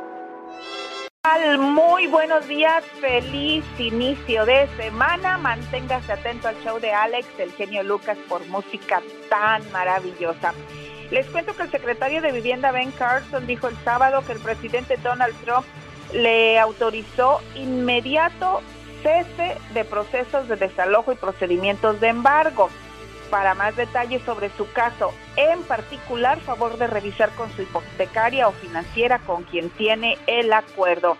Muy buenos días, feliz inicio de semana. Manténgase atento al show de Alex, el genio Lucas, por música tan maravillosa. Les cuento que el secretario de Vivienda Ben Carson dijo el sábado que el presidente Donald Trump le autorizó inmediato cese de procesos de desalojo y procedimientos de embargo. Para más detalles sobre su caso, en particular, favor de revisar con su hipotecaria o financiera con quien tiene el acuerdo.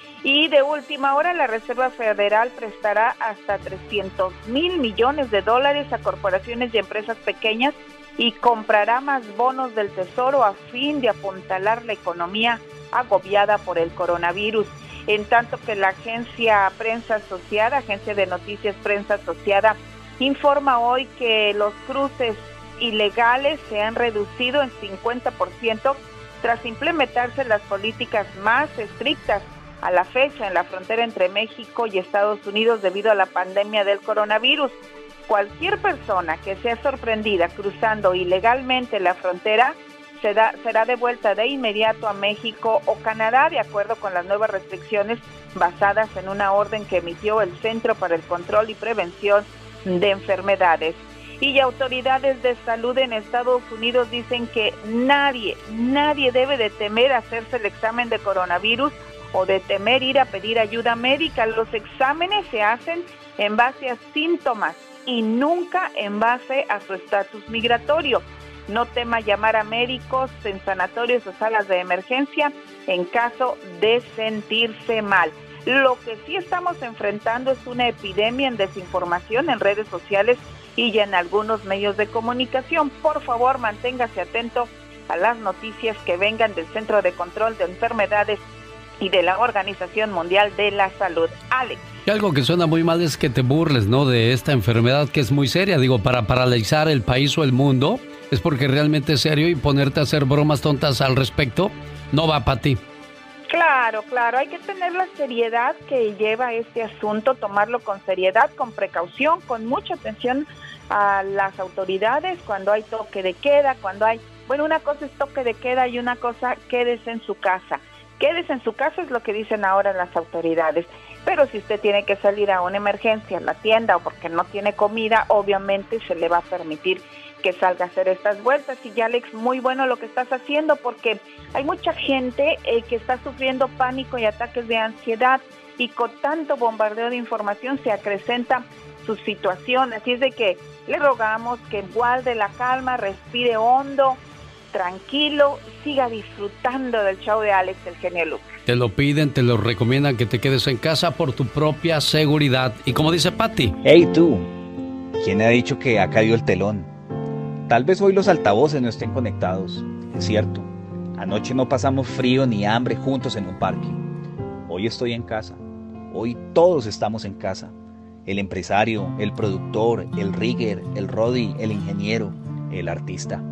Y de última hora, la Reserva Federal prestará hasta trescientos mil millones de dólares a corporaciones y empresas pequeñas y comprará más bonos del Tesoro a fin de apuntalar la economía agobiada por el coronavirus. En tanto que la agencia Prensa Asociada, agencia de noticias Prensa Asociada, informa hoy que los cruces ilegales se han reducido en cincuenta por ciento tras implementarse las políticas más estrictas a la fecha en la frontera entre México y Estados Unidos debido a la pandemia del coronavirus. Cualquier persona que sea sorprendida cruzando ilegalmente la frontera será, será devuelta de inmediato a México o Canadá, de acuerdo con las nuevas restricciones basadas en una orden que emitió el Centro para el Control y Prevención de Enfermedades. Y autoridades de salud en Estados Unidos dicen que nadie, nadie debe de temer hacerse el examen de coronavirus o de temer ir a pedir ayuda médica. Los exámenes se hacen en base a síntomas y nunca en base a su estatus migratorio. No tema llamar a médicos en sanatorios o salas de emergencia en caso de sentirse mal. Lo que sí estamos enfrentando es una epidemia en desinformación en redes sociales y en algunos medios de comunicación. Por favor, manténgase atento a las noticias que vengan del Centro de Control de Enfermedades y de la Organización Mundial de la Salud. Alex. Y algo que suena muy mal es que te burles, ¿no?, de esta enfermedad que es muy seria. Digo, para paralizar el país o el mundo, es porque realmente es serio y ponerte a hacer bromas tontas al respecto no va para ti. Claro, claro, hay que tener la seriedad que lleva este asunto, tomarlo con seriedad, con precaución, con mucha atención a las autoridades cuando hay toque de queda, cuando hay, bueno, una cosa es toque de queda y una cosa, quédese en su casa. Quédese en su casa es lo que dicen ahora las autoridades. Pero si usted tiene que salir a una emergencia en la tienda o porque no tiene comida, obviamente se le va a permitir que salga a hacer estas vueltas. Y ya, Alex, muy bueno lo que estás haciendo porque hay mucha gente eh, que está sufriendo pánico y ataques de ansiedad y con tanto bombardeo de información se acrecenta su situación. Así es de que le rogamos que guarde la calma, respire hondo, tranquilo, siga disfrutando del show de Alex, el genio Lucas. Te lo piden, te lo recomiendan que te quedes en casa por tu propia seguridad. Y como dice Patti. Hey tú, ¿quién ha dicho que ha caído el telón? Tal vez hoy los altavoces no estén conectados. Es cierto, anoche no pasamos frío ni hambre juntos en un parque. Hoy estoy en casa. Hoy todos estamos en casa. El empresario, el productor, el rigger, el roadie, el ingeniero, el artista.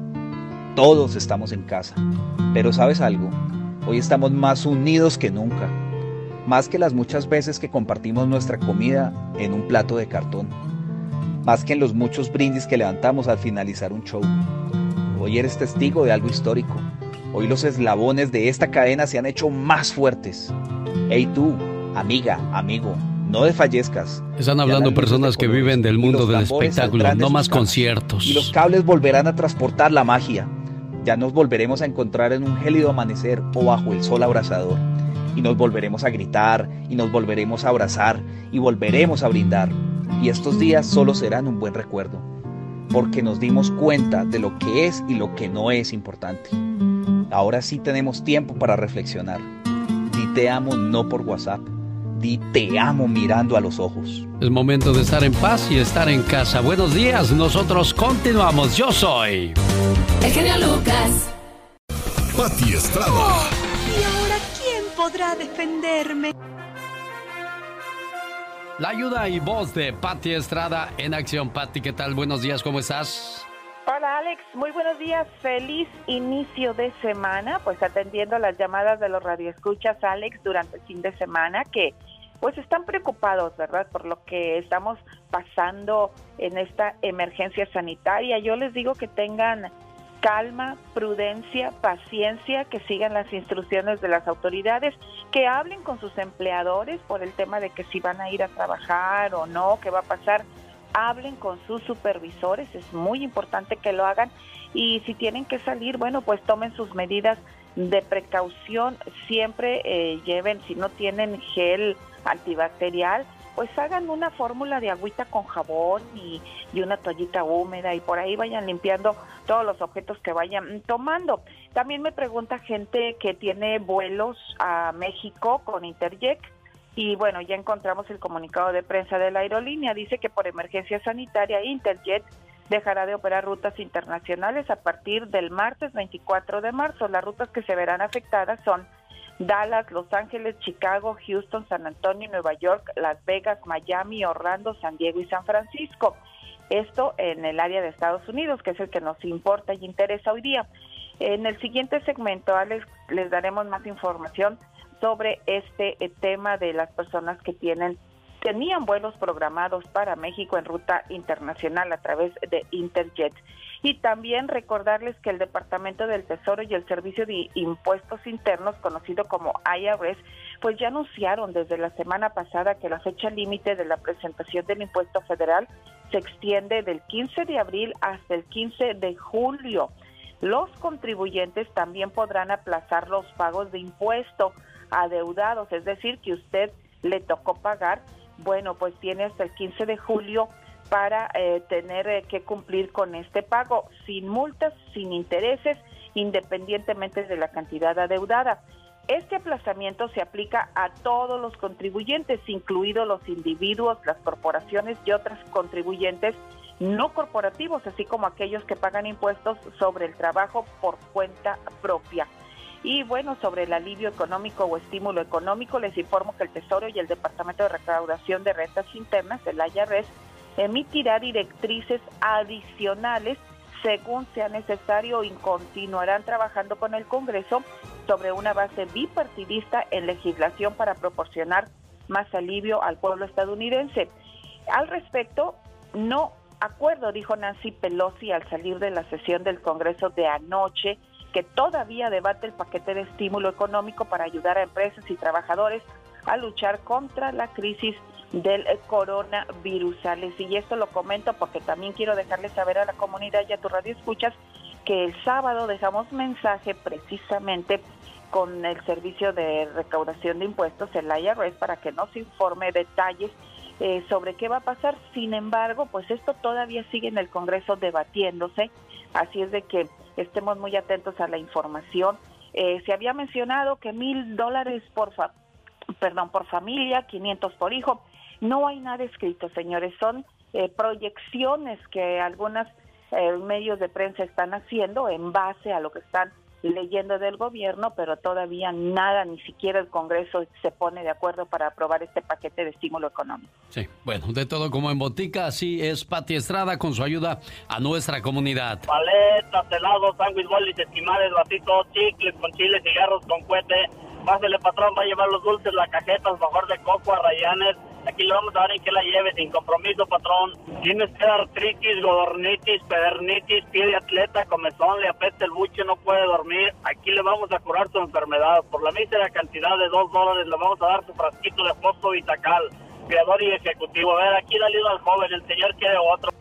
Todos estamos en casa. Pero ¿sabes algo? Hoy estamos más unidos que nunca. Más que las muchas veces que compartimos nuestra comida en un plato de cartón. Más que en los muchos brindis que levantamos al finalizar un show. Hoy eres testigo de algo histórico. Hoy los eslabones de esta cadena se han hecho más fuertes. Hey tú, amiga, amigo, no desfallezcas. Están hablando personas que viven del mundo del espectáculo, no más conciertos. Y los cables volverán a transportar la magia. Ya nos volveremos a encontrar en un gélido amanecer o bajo el sol abrasador. Y nos volveremos a gritar, y nos volveremos a abrazar, y volveremos a brindar. Y estos días solo serán un buen recuerdo, porque nos dimos cuenta de lo que es y lo que no es importante. Ahora sí tenemos tiempo para reflexionar. Di te amo no por WhatsApp, di te amo mirando a los ojos. Es momento de estar en paz y estar en casa. Buenos días, nosotros continuamos. Yo soy el genio Lucas. Pati Estrada. Oh, ¿y ahora quién podrá defenderme? La ayuda y voz de Pati Estrada en acción. Pati, ¿qué tal? Buenos días, ¿cómo estás? Hola, Alex, muy buenos días, feliz inicio de semana, pues atendiendo las llamadas de los radioescuchas, Alex, durante el fin de semana, que pues están preocupados, ¿verdad?, por lo que estamos pasando en esta emergencia sanitaria. Yo les digo que tengan calma, prudencia, paciencia, que sigan las instrucciones de las autoridades, que hablen con sus empleadores por el tema de que si van a ir a trabajar o no, qué va a pasar hablen con sus supervisores, es muy importante que lo hagan, y si tienen que salir, bueno, pues tomen sus medidas de precaución, siempre eh, lleven, si no tienen gel antibacterial, pues hagan una fórmula de agüita con jabón y, y una toallita húmeda, y por ahí vayan limpiando todos los objetos que vayan tomando. También me pregunta gente que tiene vuelos a México con Interjet, y bueno, ya encontramos el comunicado de prensa de la aerolínea. Dice que por emergencia sanitaria Interjet dejará de operar rutas internacionales a partir del martes veinticuatro de marzo. Las rutas que se verán afectadas son Dallas, Los Ángeles, Chicago, Houston, San Antonio, Nueva York, Las Vegas, Miami, Orlando, San Diego y San Francisco. Esto en el área de Estados Unidos, que es el que nos importa y interesa hoy día. En el siguiente segmento, Alex, les daremos más información sobre este tema de las personas que tienen tenían vuelos programados para México en ruta internacional a través de Interjet. Y también recordarles que el Departamento del Tesoro y el Servicio de Impuestos Internos, conocido como I R S, pues ya anunciaron desde la semana pasada que la fecha límite de la presentación del impuesto federal se extiende del quince de abril hasta el quince de julio. Los contribuyentes también podrán aplazar los pagos de impuesto adeudados, es decir, que usted le tocó pagar. Bueno, pues tiene hasta el quince de julio para eh, tener eh, que cumplir con este pago, sin multas, sin intereses, independientemente de la cantidad adeudada. Este aplazamiento se aplica a todos los contribuyentes, incluidos los individuos, las corporaciones y otros contribuyentes no corporativos, así como aquellos que pagan impuestos sobre el trabajo por cuenta propia. Y bueno, sobre el alivio económico o estímulo económico, les informo que el Tesoro y el Departamento de Recaudación de Rentas Internas, el I R S, emitirá directrices adicionales según sea necesario, y continuarán trabajando con el Congreso sobre una base bipartidista en legislación para proporcionar más alivio al pueblo estadounidense. Al respecto, no acuerdo, dijo Nancy Pelosi al salir de la sesión del Congreso de anoche, que todavía debate el paquete de estímulo económico para ayudar a empresas y trabajadores a luchar contra la crisis del coronavirus. Y esto lo comento porque también quiero dejarles saber a la comunidad y a tu radio escuchas que el sábado dejamos mensaje precisamente con el Servicio de Recaudación de Impuestos, el I R S, para que nos informe detalles eh, sobre qué va a pasar. Sin embargo, pues esto todavía sigue en el Congreso debatiéndose, así es de que estemos muy atentos a la información. Eh, se había mencionado que mil dólares por fa perdón por familia, quinientos por hijo. No hay nada escrito, señores. Son eh, proyecciones que algunos eh, medios de prensa están haciendo en base a lo que están leyendo del gobierno, pero todavía nada, ni siquiera el Congreso se pone de acuerdo para aprobar este paquete de estímulo económico. Sí, bueno, de todo como en botica, así es Pati Estrada con su ayuda a nuestra comunidad. Paletas, helados, sándwich, bolis, esquimales, vasitos, chicles con chile, cigarros con cohete. Pásele, patrón, va a llevar los dulces, la cajeta, alfajor de coco, a Rayanes. Aquí le vamos a dar en que la lleve, sin compromiso, patrón. Tienes que artritis, godornitis, pedernitis, pie de atleta, comezón, le apesta el buche, no puede dormir. Aquí le vamos a curar su enfermedad. Por la mísera cantidad de dos dólares le vamos a dar su frasquito de fosfo Vitacal, creador y ejecutivo. A ver, aquí dale al joven, el señor quiere otro.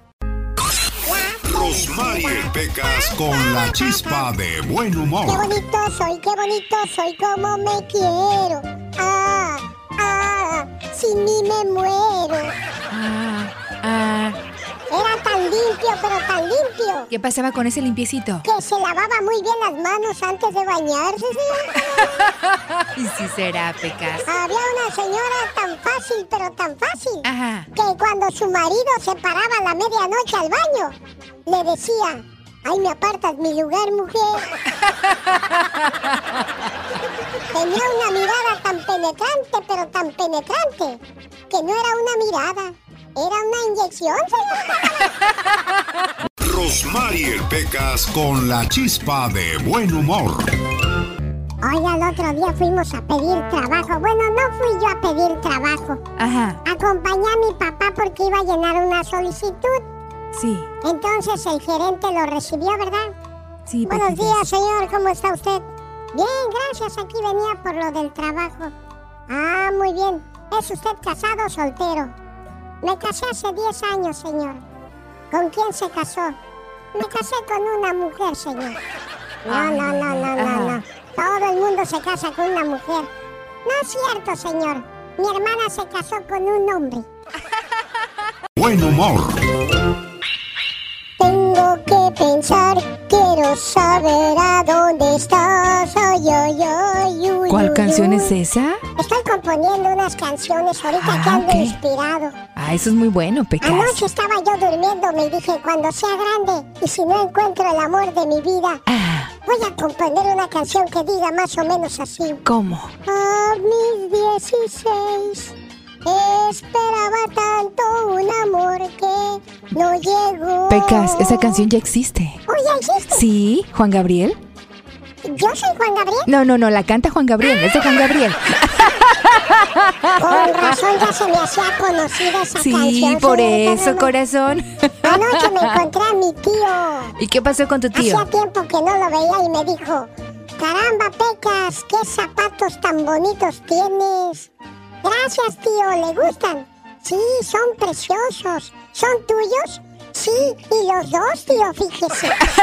Rosmarie Pecas con la chispa de buen humor. Qué bonito soy, qué bonito soy, como me quiero. Ah, ah, sin mí me muero. Ah, ah. Era tan limpio, pero tan limpio. ¿Qué pasaba con ese limpiecito? Que se lavaba muy bien las manos antes de bañarse, ¿sí? Y sí será, Pecas. Había una señora tan fácil, pero tan fácil. Ajá. Que cuando su marido se paraba a la medianoche al baño, le decía: ay, me apartas mi lugar, mujer. Tenía una mirada tan penetrante, pero tan penetrante, que no era una mirada, era una inyección, señor. Rosmarie Pecas con la chispa de buen humor. Oiga, el otro día fuimos a pedir trabajo. Bueno, no fui yo a pedir trabajo. Ajá. Acompañé a mi papá porque iba a llenar una solicitud. Sí. Entonces el gerente lo recibió, ¿verdad? Sí. Buenos días, señor. ¿Cómo está usted? Bien, gracias. Aquí venía por lo del trabajo. Ah, muy bien. ¿Es usted casado o soltero? Me casé hace diez años, señor. ¿Con quién se casó? Me casé con una mujer, señor. No, no, no, no, no, no. Todo el mundo se casa con una mujer. No es cierto, señor. Mi hermana se casó con un hombre. Buen humor. Tengo que pensar, quiero saber a dónde estás. Ay, ay, ay, uy, ¿Cuál uy, canción uy. es esa? Estoy componiendo unas canciones ahorita Ah, que ando ok. inspirado. Ah, eso es muy bueno, Pecas. Anoche estaba yo durmiendo, me dije, cuando sea grande y si no encuentro el amor de mi vida, voy a componer una canción que diga más o menos así. ¿Cómo? A mis dieciséis esperaba tanto un amor que no llegó. Pecas, esa canción ya existe. ¿Oh, ya existe? Sí, Juan Gabriel. ¿Yo soy Juan Gabriel? No, no, no, la canta Juan Gabriel, es de Juan Gabriel. Con razón ya se me hacía conocida esa Sí, canción. por señorita eso, Román. corazón. Anoche me encontré a mi tío. ¿Y qué pasó con tu tío? Hacía tiempo que no lo veía y me dijo, caramba, Pecas, qué zapatos tan bonitos tienes. Gracias, tío, ¿le gustan? Sí, son preciosos. ¿Son tuyos? Sí, y los dos, tío, fíjese.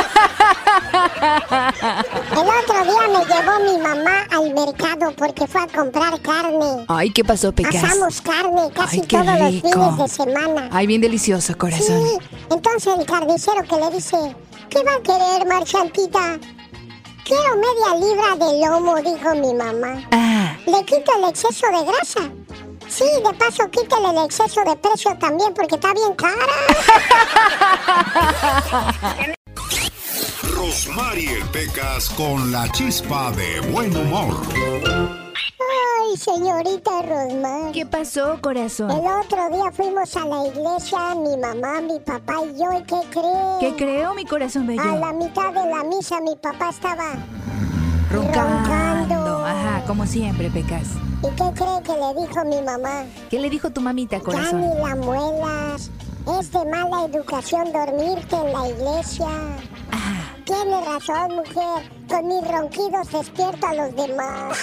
El otro día me llevó mi mamá al mercado porque fue a comprar carne. Ay, ¿qué pasó, Pecas? Asamos carne casi Ay, qué todos los rico. fines de semana. Ay, bien delicioso, corazón. Sí, entonces el carnicero que le dice, ¿qué va a querer, marchantita? Quiero media libra de lomo, dijo mi mamá. Ah. Le quito el exceso de grasa. Sí, de paso quítale el exceso de precio también porque está bien cara. Rosmarie Pecas con la chispa de buen humor. Ay, señorita Rosmar. ¿Qué pasó, corazón? El otro día fuimos a la iglesia, mi mamá, mi papá y yo, ¿y qué cree? ¿Qué creo, mi corazón bello? A la mitad de la misa mi papá estaba Roncando. roncando. Ajá, como siempre, Pecas. ¿Y qué cree que le dijo mi mamá? ¿Qué le dijo tu mamita, Ya corazón? ni la muelas. Es de mala educación dormirte en la iglesia. Tiene razón, mujer. Con mis ronquidos despierto a los demás.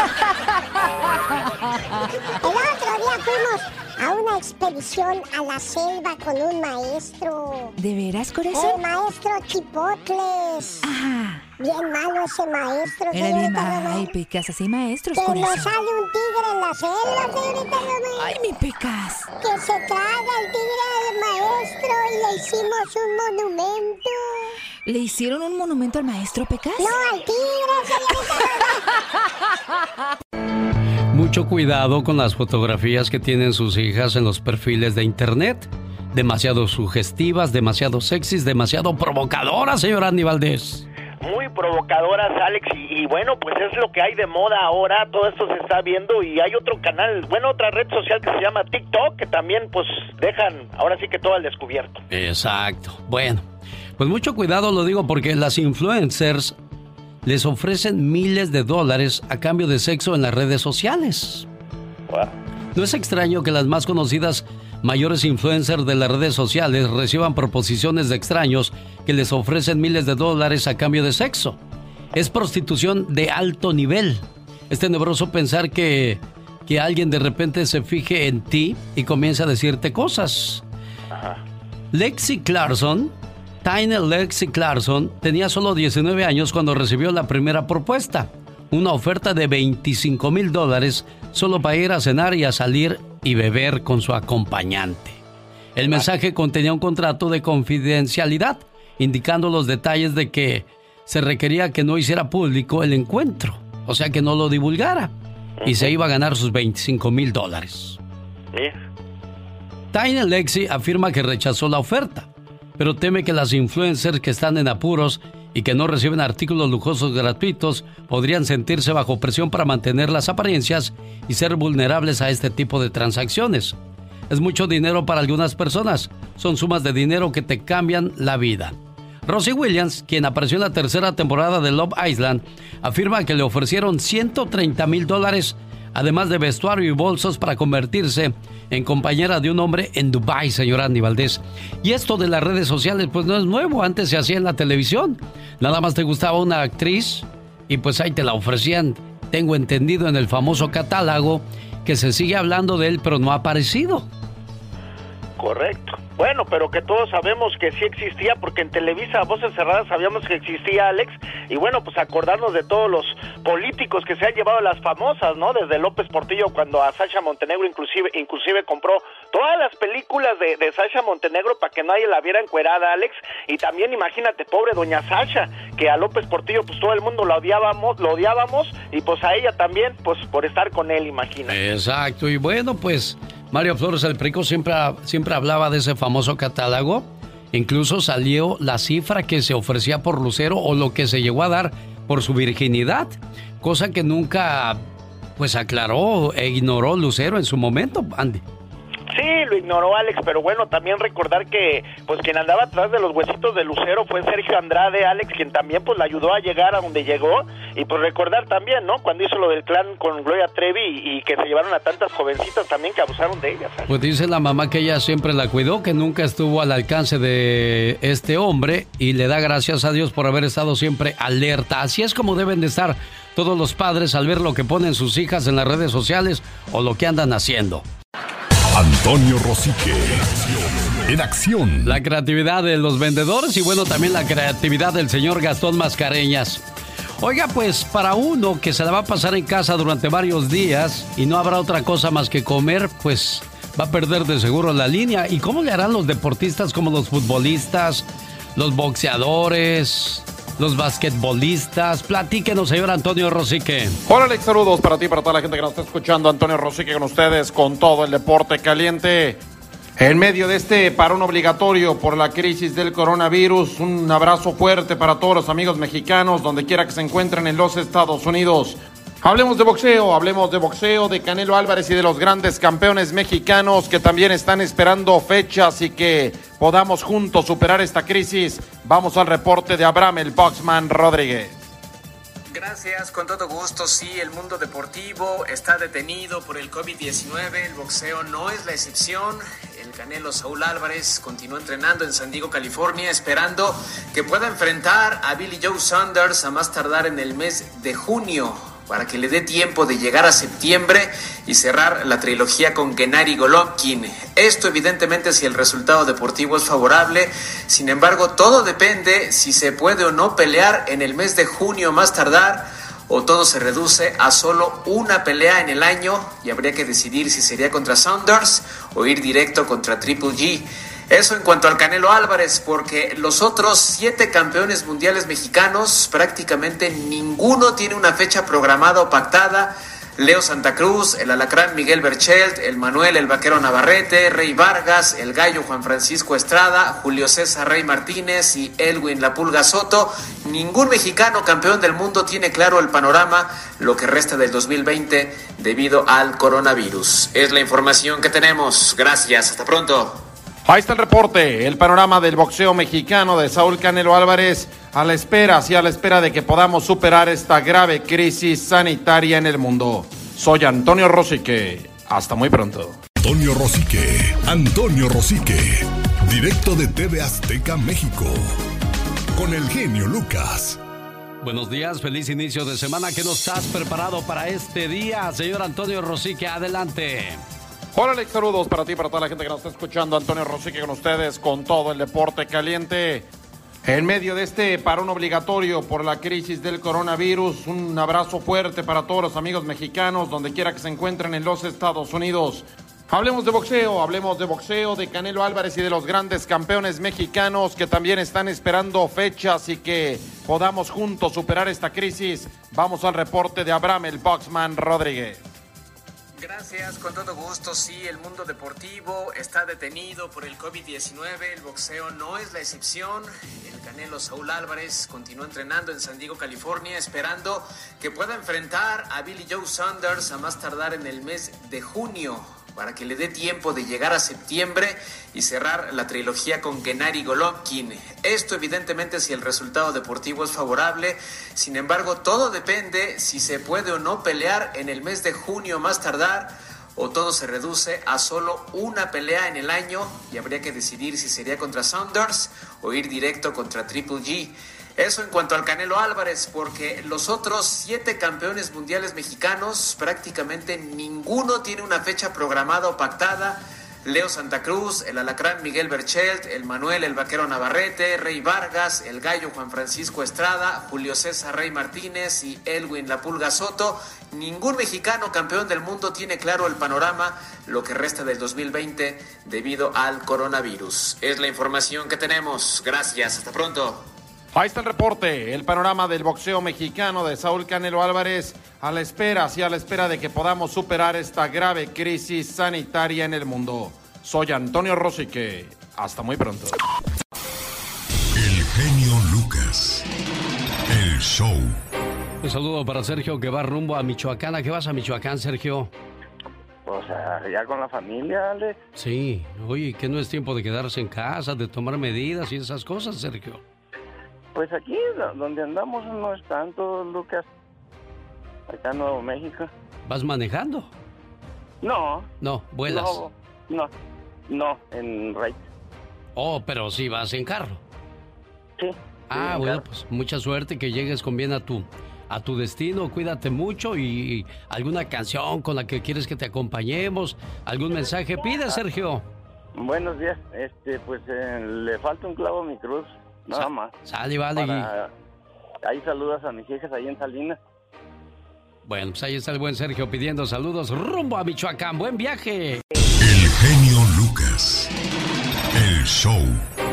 El otro día fuimos a una expedición a la selva con un maestro. ¿De veras, corazón? El maestro Chipotles. Ajá. Bien malo ese maestro. Era bien señorita mal. Román. Ay, Pecas, así maestros, Que corazón. nos sale un tigre en la selva, señorita Román. Ay, mi Pecas. Que se traga el tigre al maestro y le hicimos un monumento. ¿Le hicieron un monumento al maestro, Pecas? No, al tigre, señorita. Mucho cuidado con las fotografías que tienen sus hijas en los perfiles de internet. Demasiado sugestivas, demasiado sexys, demasiado provocadoras, señor Andy Valdés. Muy provocadoras, Alex, y, y bueno, pues es lo que hay de moda ahora, todo esto se está viendo y hay otro canal, bueno, otra red social que se llama TikTok, que también pues dejan ahora sí que todo al descubierto. Exacto. Bueno, pues mucho cuidado, lo digo porque las influencers les ofrecen miles de dólares a cambio de sexo en las redes sociales. Wow. No es extraño que las más conocidas mayores influencers de las redes sociales reciban proposiciones de extraños que les ofrecen miles de dólares a cambio de sexo. Es prostitución de alto nivel. Es tenebroso pensar que, que alguien de repente se fije en ti y comienza a decirte cosas. Ajá. Lexi Clarkson, Tiny Lexi Clarkson, tenía solo diecinueve años cuando recibió la primera propuesta. Una oferta de veinticinco mil dólares solo para ir a cenar y a salir y beber con su acompañante. El mensaje contenía un contrato de confidencialidad, indicando los detalles de que se requería que no hiciera público el encuentro, o sea que no lo divulgara, y se iba a ganar sus veinticinco mil dólares. Tiny Lexi afirma que rechazó la oferta, pero teme que las influencers que están en apuros y que no reciben artículos lujosos gratuitos podrían sentirse bajo presión para mantener las apariencias y ser vulnerables a este tipo de transacciones. Es mucho dinero para algunas personas, son sumas de dinero que te cambian la vida. Rosie Williams, quien apareció en la tercera temporada de Love Island, afirma que le ofrecieron ciento treinta mil dólares, además de vestuario y bolsos para convertirse en compañera de un hombre en Dubái, señor Andy Valdés. Y esto de las redes sociales pues no es nuevo, antes se hacía en la televisión. Nada más te gustaba una actriz y pues ahí te la ofrecían. Tengo entendido en el famoso catálogo que se sigue hablando de él pero no ha aparecido. Correcto. Bueno, pero que todos sabemos que sí existía, porque en Televisa, a voces cerradas, sabíamos que existía, Alex, y bueno, pues acordarnos de todos los políticos que se han llevado las famosas, ¿no? Desde López Portillo, cuando a Sasha Montenegro inclusive inclusive compró todas las películas de, de Sasha Montenegro para que nadie la viera encuerada, Alex, y también imagínate, pobre doña Sasha, que a López Portillo pues todo el mundo lo odiábamos, lo odiábamos, y pues a ella también, pues por estar con él, imagínate. Exacto, y bueno, pues Mario Flores el Perico siempre, siempre hablaba de ese famoso catálogo. Incluso salió la cifra que se ofrecía por Lucero o lo que se llegó a dar por su virginidad, cosa que nunca pues aclaró e ignoró Lucero en su momento, Andy. Sí, lo ignoró, Alex, pero bueno, también recordar que pues quien andaba atrás de los huesitos de Lucero fue Sergio Andrade, Alex, quien también pues la ayudó a llegar a donde llegó, y pues recordar también, ¿no? Cuando hizo lo del clan con Gloria Trevi y, y que se llevaron a tantas jovencitas también que abusaron de ellas, Alex. Pues dice la mamá que ella siempre la cuidó, que nunca estuvo al alcance de este hombre, y le da gracias a Dios por haber estado siempre alerta. Así es como deben de estar todos los padres al ver lo que ponen sus hijas en las redes sociales o lo que andan haciendo. Antonio Rosique, en acción. La creatividad de los vendedores y bueno, también la creatividad del señor Gastón Mascareñas. Oiga, pues para uno que se la va a pasar en casa durante varios días y no habrá otra cosa más que comer, pues va a perder de seguro la línea. ¿Y cómo le harán los deportistas como los futbolistas, los boxeadores, los basquetbolistas? Platíquenos, señor Antonio Rosique. Hola, Alex, saludos para ti, para toda la gente que nos está escuchando. Antonio Rosique con ustedes, con todo el deporte caliente. En medio de este parón obligatorio por la crisis del coronavirus, un abrazo fuerte para todos los amigos mexicanos, donde quiera que se encuentren en los Estados Unidos. Hablemos de boxeo, hablemos de boxeo, de Canelo Álvarez y de los grandes campeones mexicanos que también están esperando fechas y que podamos juntos superar esta crisis. Vamos al reporte de Abraham el Boxman Rodríguez. Gracias, con todo gusto. Sí, el mundo deportivo está detenido por el COVID diecinueve, el boxeo no es la excepción. El Canelo Saúl Álvarez continúa entrenando en San Diego, California, esperando que pueda enfrentar a Billy Joe Saunders a más tardar en el mes de junio, para que le dé tiempo de llegar a septiembre y cerrar la trilogía con Gennady Golovkin. Esto evidentemente si el resultado deportivo es favorable, sin embargo todo depende si se puede o no pelear en el mes de junio más tardar, o todo se reduce a solo una pelea en el año y habría que decidir si sería contra Saunders o ir directo contra Triple G. Eso en cuanto al Canelo Álvarez, porque los otros siete campeones mundiales mexicanos, prácticamente ninguno tiene una fecha programada o pactada. Leo Santa Cruz, el Alacrán Miguel Berchelt, el Manuel el Vaquero Navarrete, Rey Vargas, el Gallo Juan Francisco Estrada, Julio César Rey Martínez y Elwin La Pulga Soto. Ningún mexicano campeón del mundo tiene claro el panorama, lo que resta del dos mil veinte debido al coronavirus. Es la información que tenemos. Gracias, hasta pronto. Ahí está el reporte, el panorama del boxeo mexicano de Saúl Canelo Álvarez, a la espera, sí, a la espera de que podamos superar esta grave crisis sanitaria en el mundo. Soy Antonio Rosique, hasta muy pronto. Antonio Rosique, Antonio Rosique, directo de T V Azteca México, con el genio Lucas. Buenos días, feliz inicio de semana. ¿Qué nos has preparado para este día, señor Antonio Rosique? Adelante. Hola, Alex, saludos para ti, para toda la gente que nos está escuchando. Antonio Rosique con ustedes, con todo el deporte caliente. En medio de este parón obligatorio por la crisis del coronavirus, un abrazo fuerte para todos los amigos mexicanos, donde quiera que se encuentren en los Estados Unidos. Hablemos de boxeo, hablemos de boxeo, de Canelo Álvarez y de los grandes campeones mexicanos que también están esperando fechas y que podamos juntos superar esta crisis. Vamos al reporte de Abraham el Boxman Rodríguez. Gracias, con todo gusto. Sí, el mundo deportivo está detenido por el COVID diecinueve, el boxeo no es la excepción. El Canelo Saúl Álvarez continúa entrenando en San Diego, California, esperando que pueda enfrentar a Billy Joe Saunders a más tardar en el mes de junio, para que le dé tiempo de llegar a septiembre y cerrar la trilogía con Gennady Golovkin. Esto evidentemente si el resultado deportivo es favorable, sin embargo todo depende si se puede o no pelear en el mes de junio más tardar, o todo se reduce a solo una pelea en el año y habría que decidir si sería contra Saunders o ir directo contra Triple G. Eso en cuanto al Canelo Álvarez, porque los otros siete campeones mundiales mexicanos, prácticamente ninguno tiene una fecha programada o pactada. Leo Santa Cruz, el Alacrán Miguel Berchelt, el Manuel el Vaquero Navarrete, Rey Vargas, el Gallo Juan Francisco Estrada, Julio César Rey Martínez y Elwin La Pulga Soto. Ningún mexicano campeón del mundo tiene claro el panorama lo que resta del dos mil veinte debido al coronavirus. Es la información que tenemos. Gracias, hasta pronto. Ahí está el reporte, el panorama del boxeo mexicano de Saúl Canelo Álvarez, a la espera, sí, a la espera de que podamos superar esta grave crisis sanitaria en el mundo. Soy Antonio Rosique, hasta muy pronto. El genio Lucas, el show. Un saludo para Sergio que va rumbo a Michoacán. ¿A qué vas a Michoacán, Sergio? O sea, ya con la familia, Alex. Sí, oye, que no es tiempo de quedarse en casa, de tomar medidas y esas cosas, Sergio. Pues aquí, donde andamos, no es tanto, Lucas. Acá en Nuevo México. ¿Vas manejando? No. No, vuelas. No, no, no, en Rey. Oh, pero sí vas en carro. Sí. Ah, sí, bueno, carro. pues mucha suerte, que llegues con bien a tu, a tu destino. Cuídate mucho y, y alguna canción con la que quieres que te acompañemos, algún mensaje pide, Sergio. Buenos días. Este, pues eh, le falta un clavo a mi cruz. Nada Sa- más. Sale, vale. Para... Ahí saludas a mis hijas ahí en Salinas. Bueno, pues ahí está el buen Sergio pidiendo saludos rumbo a Michoacán. ¡Buen viaje! El genio Lucas, el show.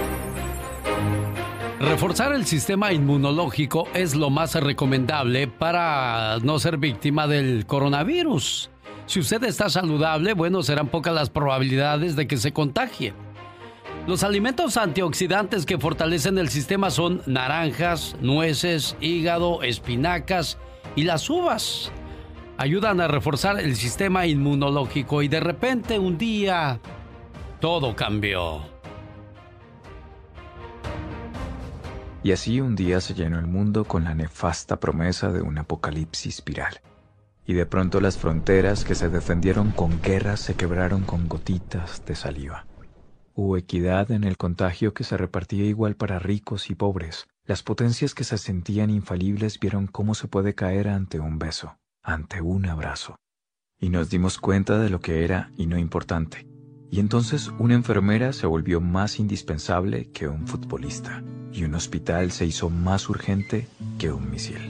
Reforzar el sistema inmunológico es lo más recomendable para no ser víctima del coronavirus. Si usted está saludable, bueno, serán pocas las probabilidades de que se contagie. Los alimentos antioxidantes que fortalecen el sistema son naranjas, nueces, hígado, espinacas y las uvas. Ayudan a reforzar el sistema inmunológico y de repente un día todo cambió. Y así un día se llenó el mundo con la nefasta promesa de un apocalipsis viral. Y de pronto las fronteras que se defendieron con guerras se quebraron con gotitas de saliva. Hubo equidad en el contagio que se repartía igual para ricos y pobres. Las potencias que se sentían infalibles vieron cómo se puede caer ante un beso, ante un abrazo. Y nos dimos cuenta de lo que era y no importante. Y entonces una enfermera se volvió más indispensable que un futbolista. Y un hospital se hizo más urgente que un misil.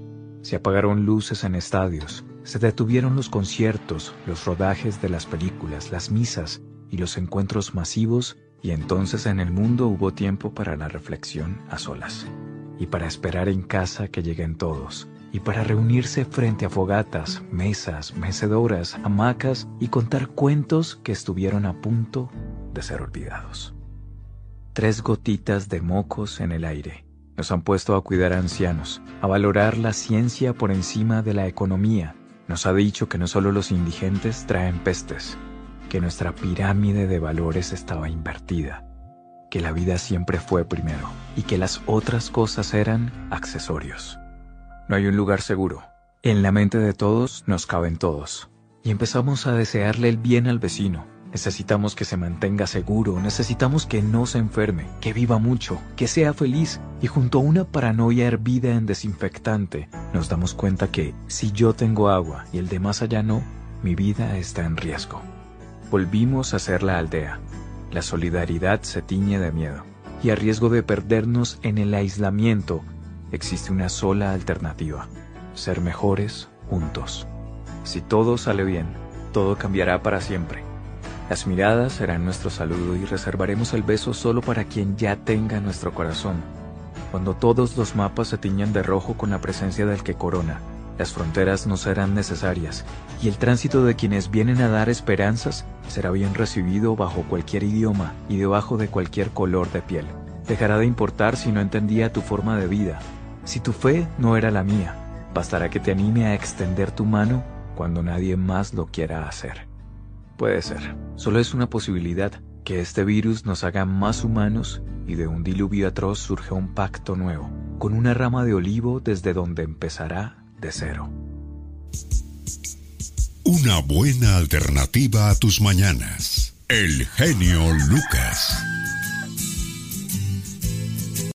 Se apagaron luces en estadios, se detuvieron los conciertos, los rodajes de las películas, las misas y los encuentros masivos, y entonces en el mundo hubo tiempo para la reflexión a solas, y para esperar en casa que lleguen todos, y para reunirse frente a fogatas, mesas, mecedoras, hamacas y contar cuentos que estuvieron a punto de ser olvidados. Tres gotitas de mocos en el aire nos han puesto a cuidar a ancianos, a valorar la ciencia por encima de la economía. Nos ha dicho que no solo los indigentes traen pestes, que nuestra pirámide de valores estaba invertida, que la vida siempre fue primero y que las otras cosas eran accesorios. No hay un lugar seguro. En la mente de todos nos caben todos. Y empezamos a desearle el bien al vecino. Necesitamos que se mantenga seguro, necesitamos que no se enferme, que viva mucho, que sea feliz. Y junto a una paranoia hervida en desinfectante, nos damos cuenta que si yo tengo agua y el de más allá no, mi vida está en riesgo. Volvimos a ser la aldea. La solidaridad se tiñe de miedo. Y a riesgo de perdernos en el aislamiento, existe una sola alternativa: ser mejores juntos. Si todo sale bien, todo cambiará para siempre. Las miradas serán nuestro saludo y reservaremos el beso solo para quien ya tenga nuestro corazón. Cuando todos los mapas se tiñan de rojo con la presencia del que corona, las fronteras no serán necesarias y el tránsito de quienes vienen a dar esperanzas será bien recibido bajo cualquier idioma y debajo de cualquier color de piel. Dejará de importar si no entendía tu forma de vida. Si tu fe no era la mía, bastará que te anime a extender tu mano cuando nadie más lo quiera hacer. Puede ser, solo es una posibilidad, que este virus nos haga más humanos y de un diluvio atroz surja un pacto nuevo, con una rama de olivo desde donde empezará de cero. Una buena alternativa a tus mañanas. El genio Lucas.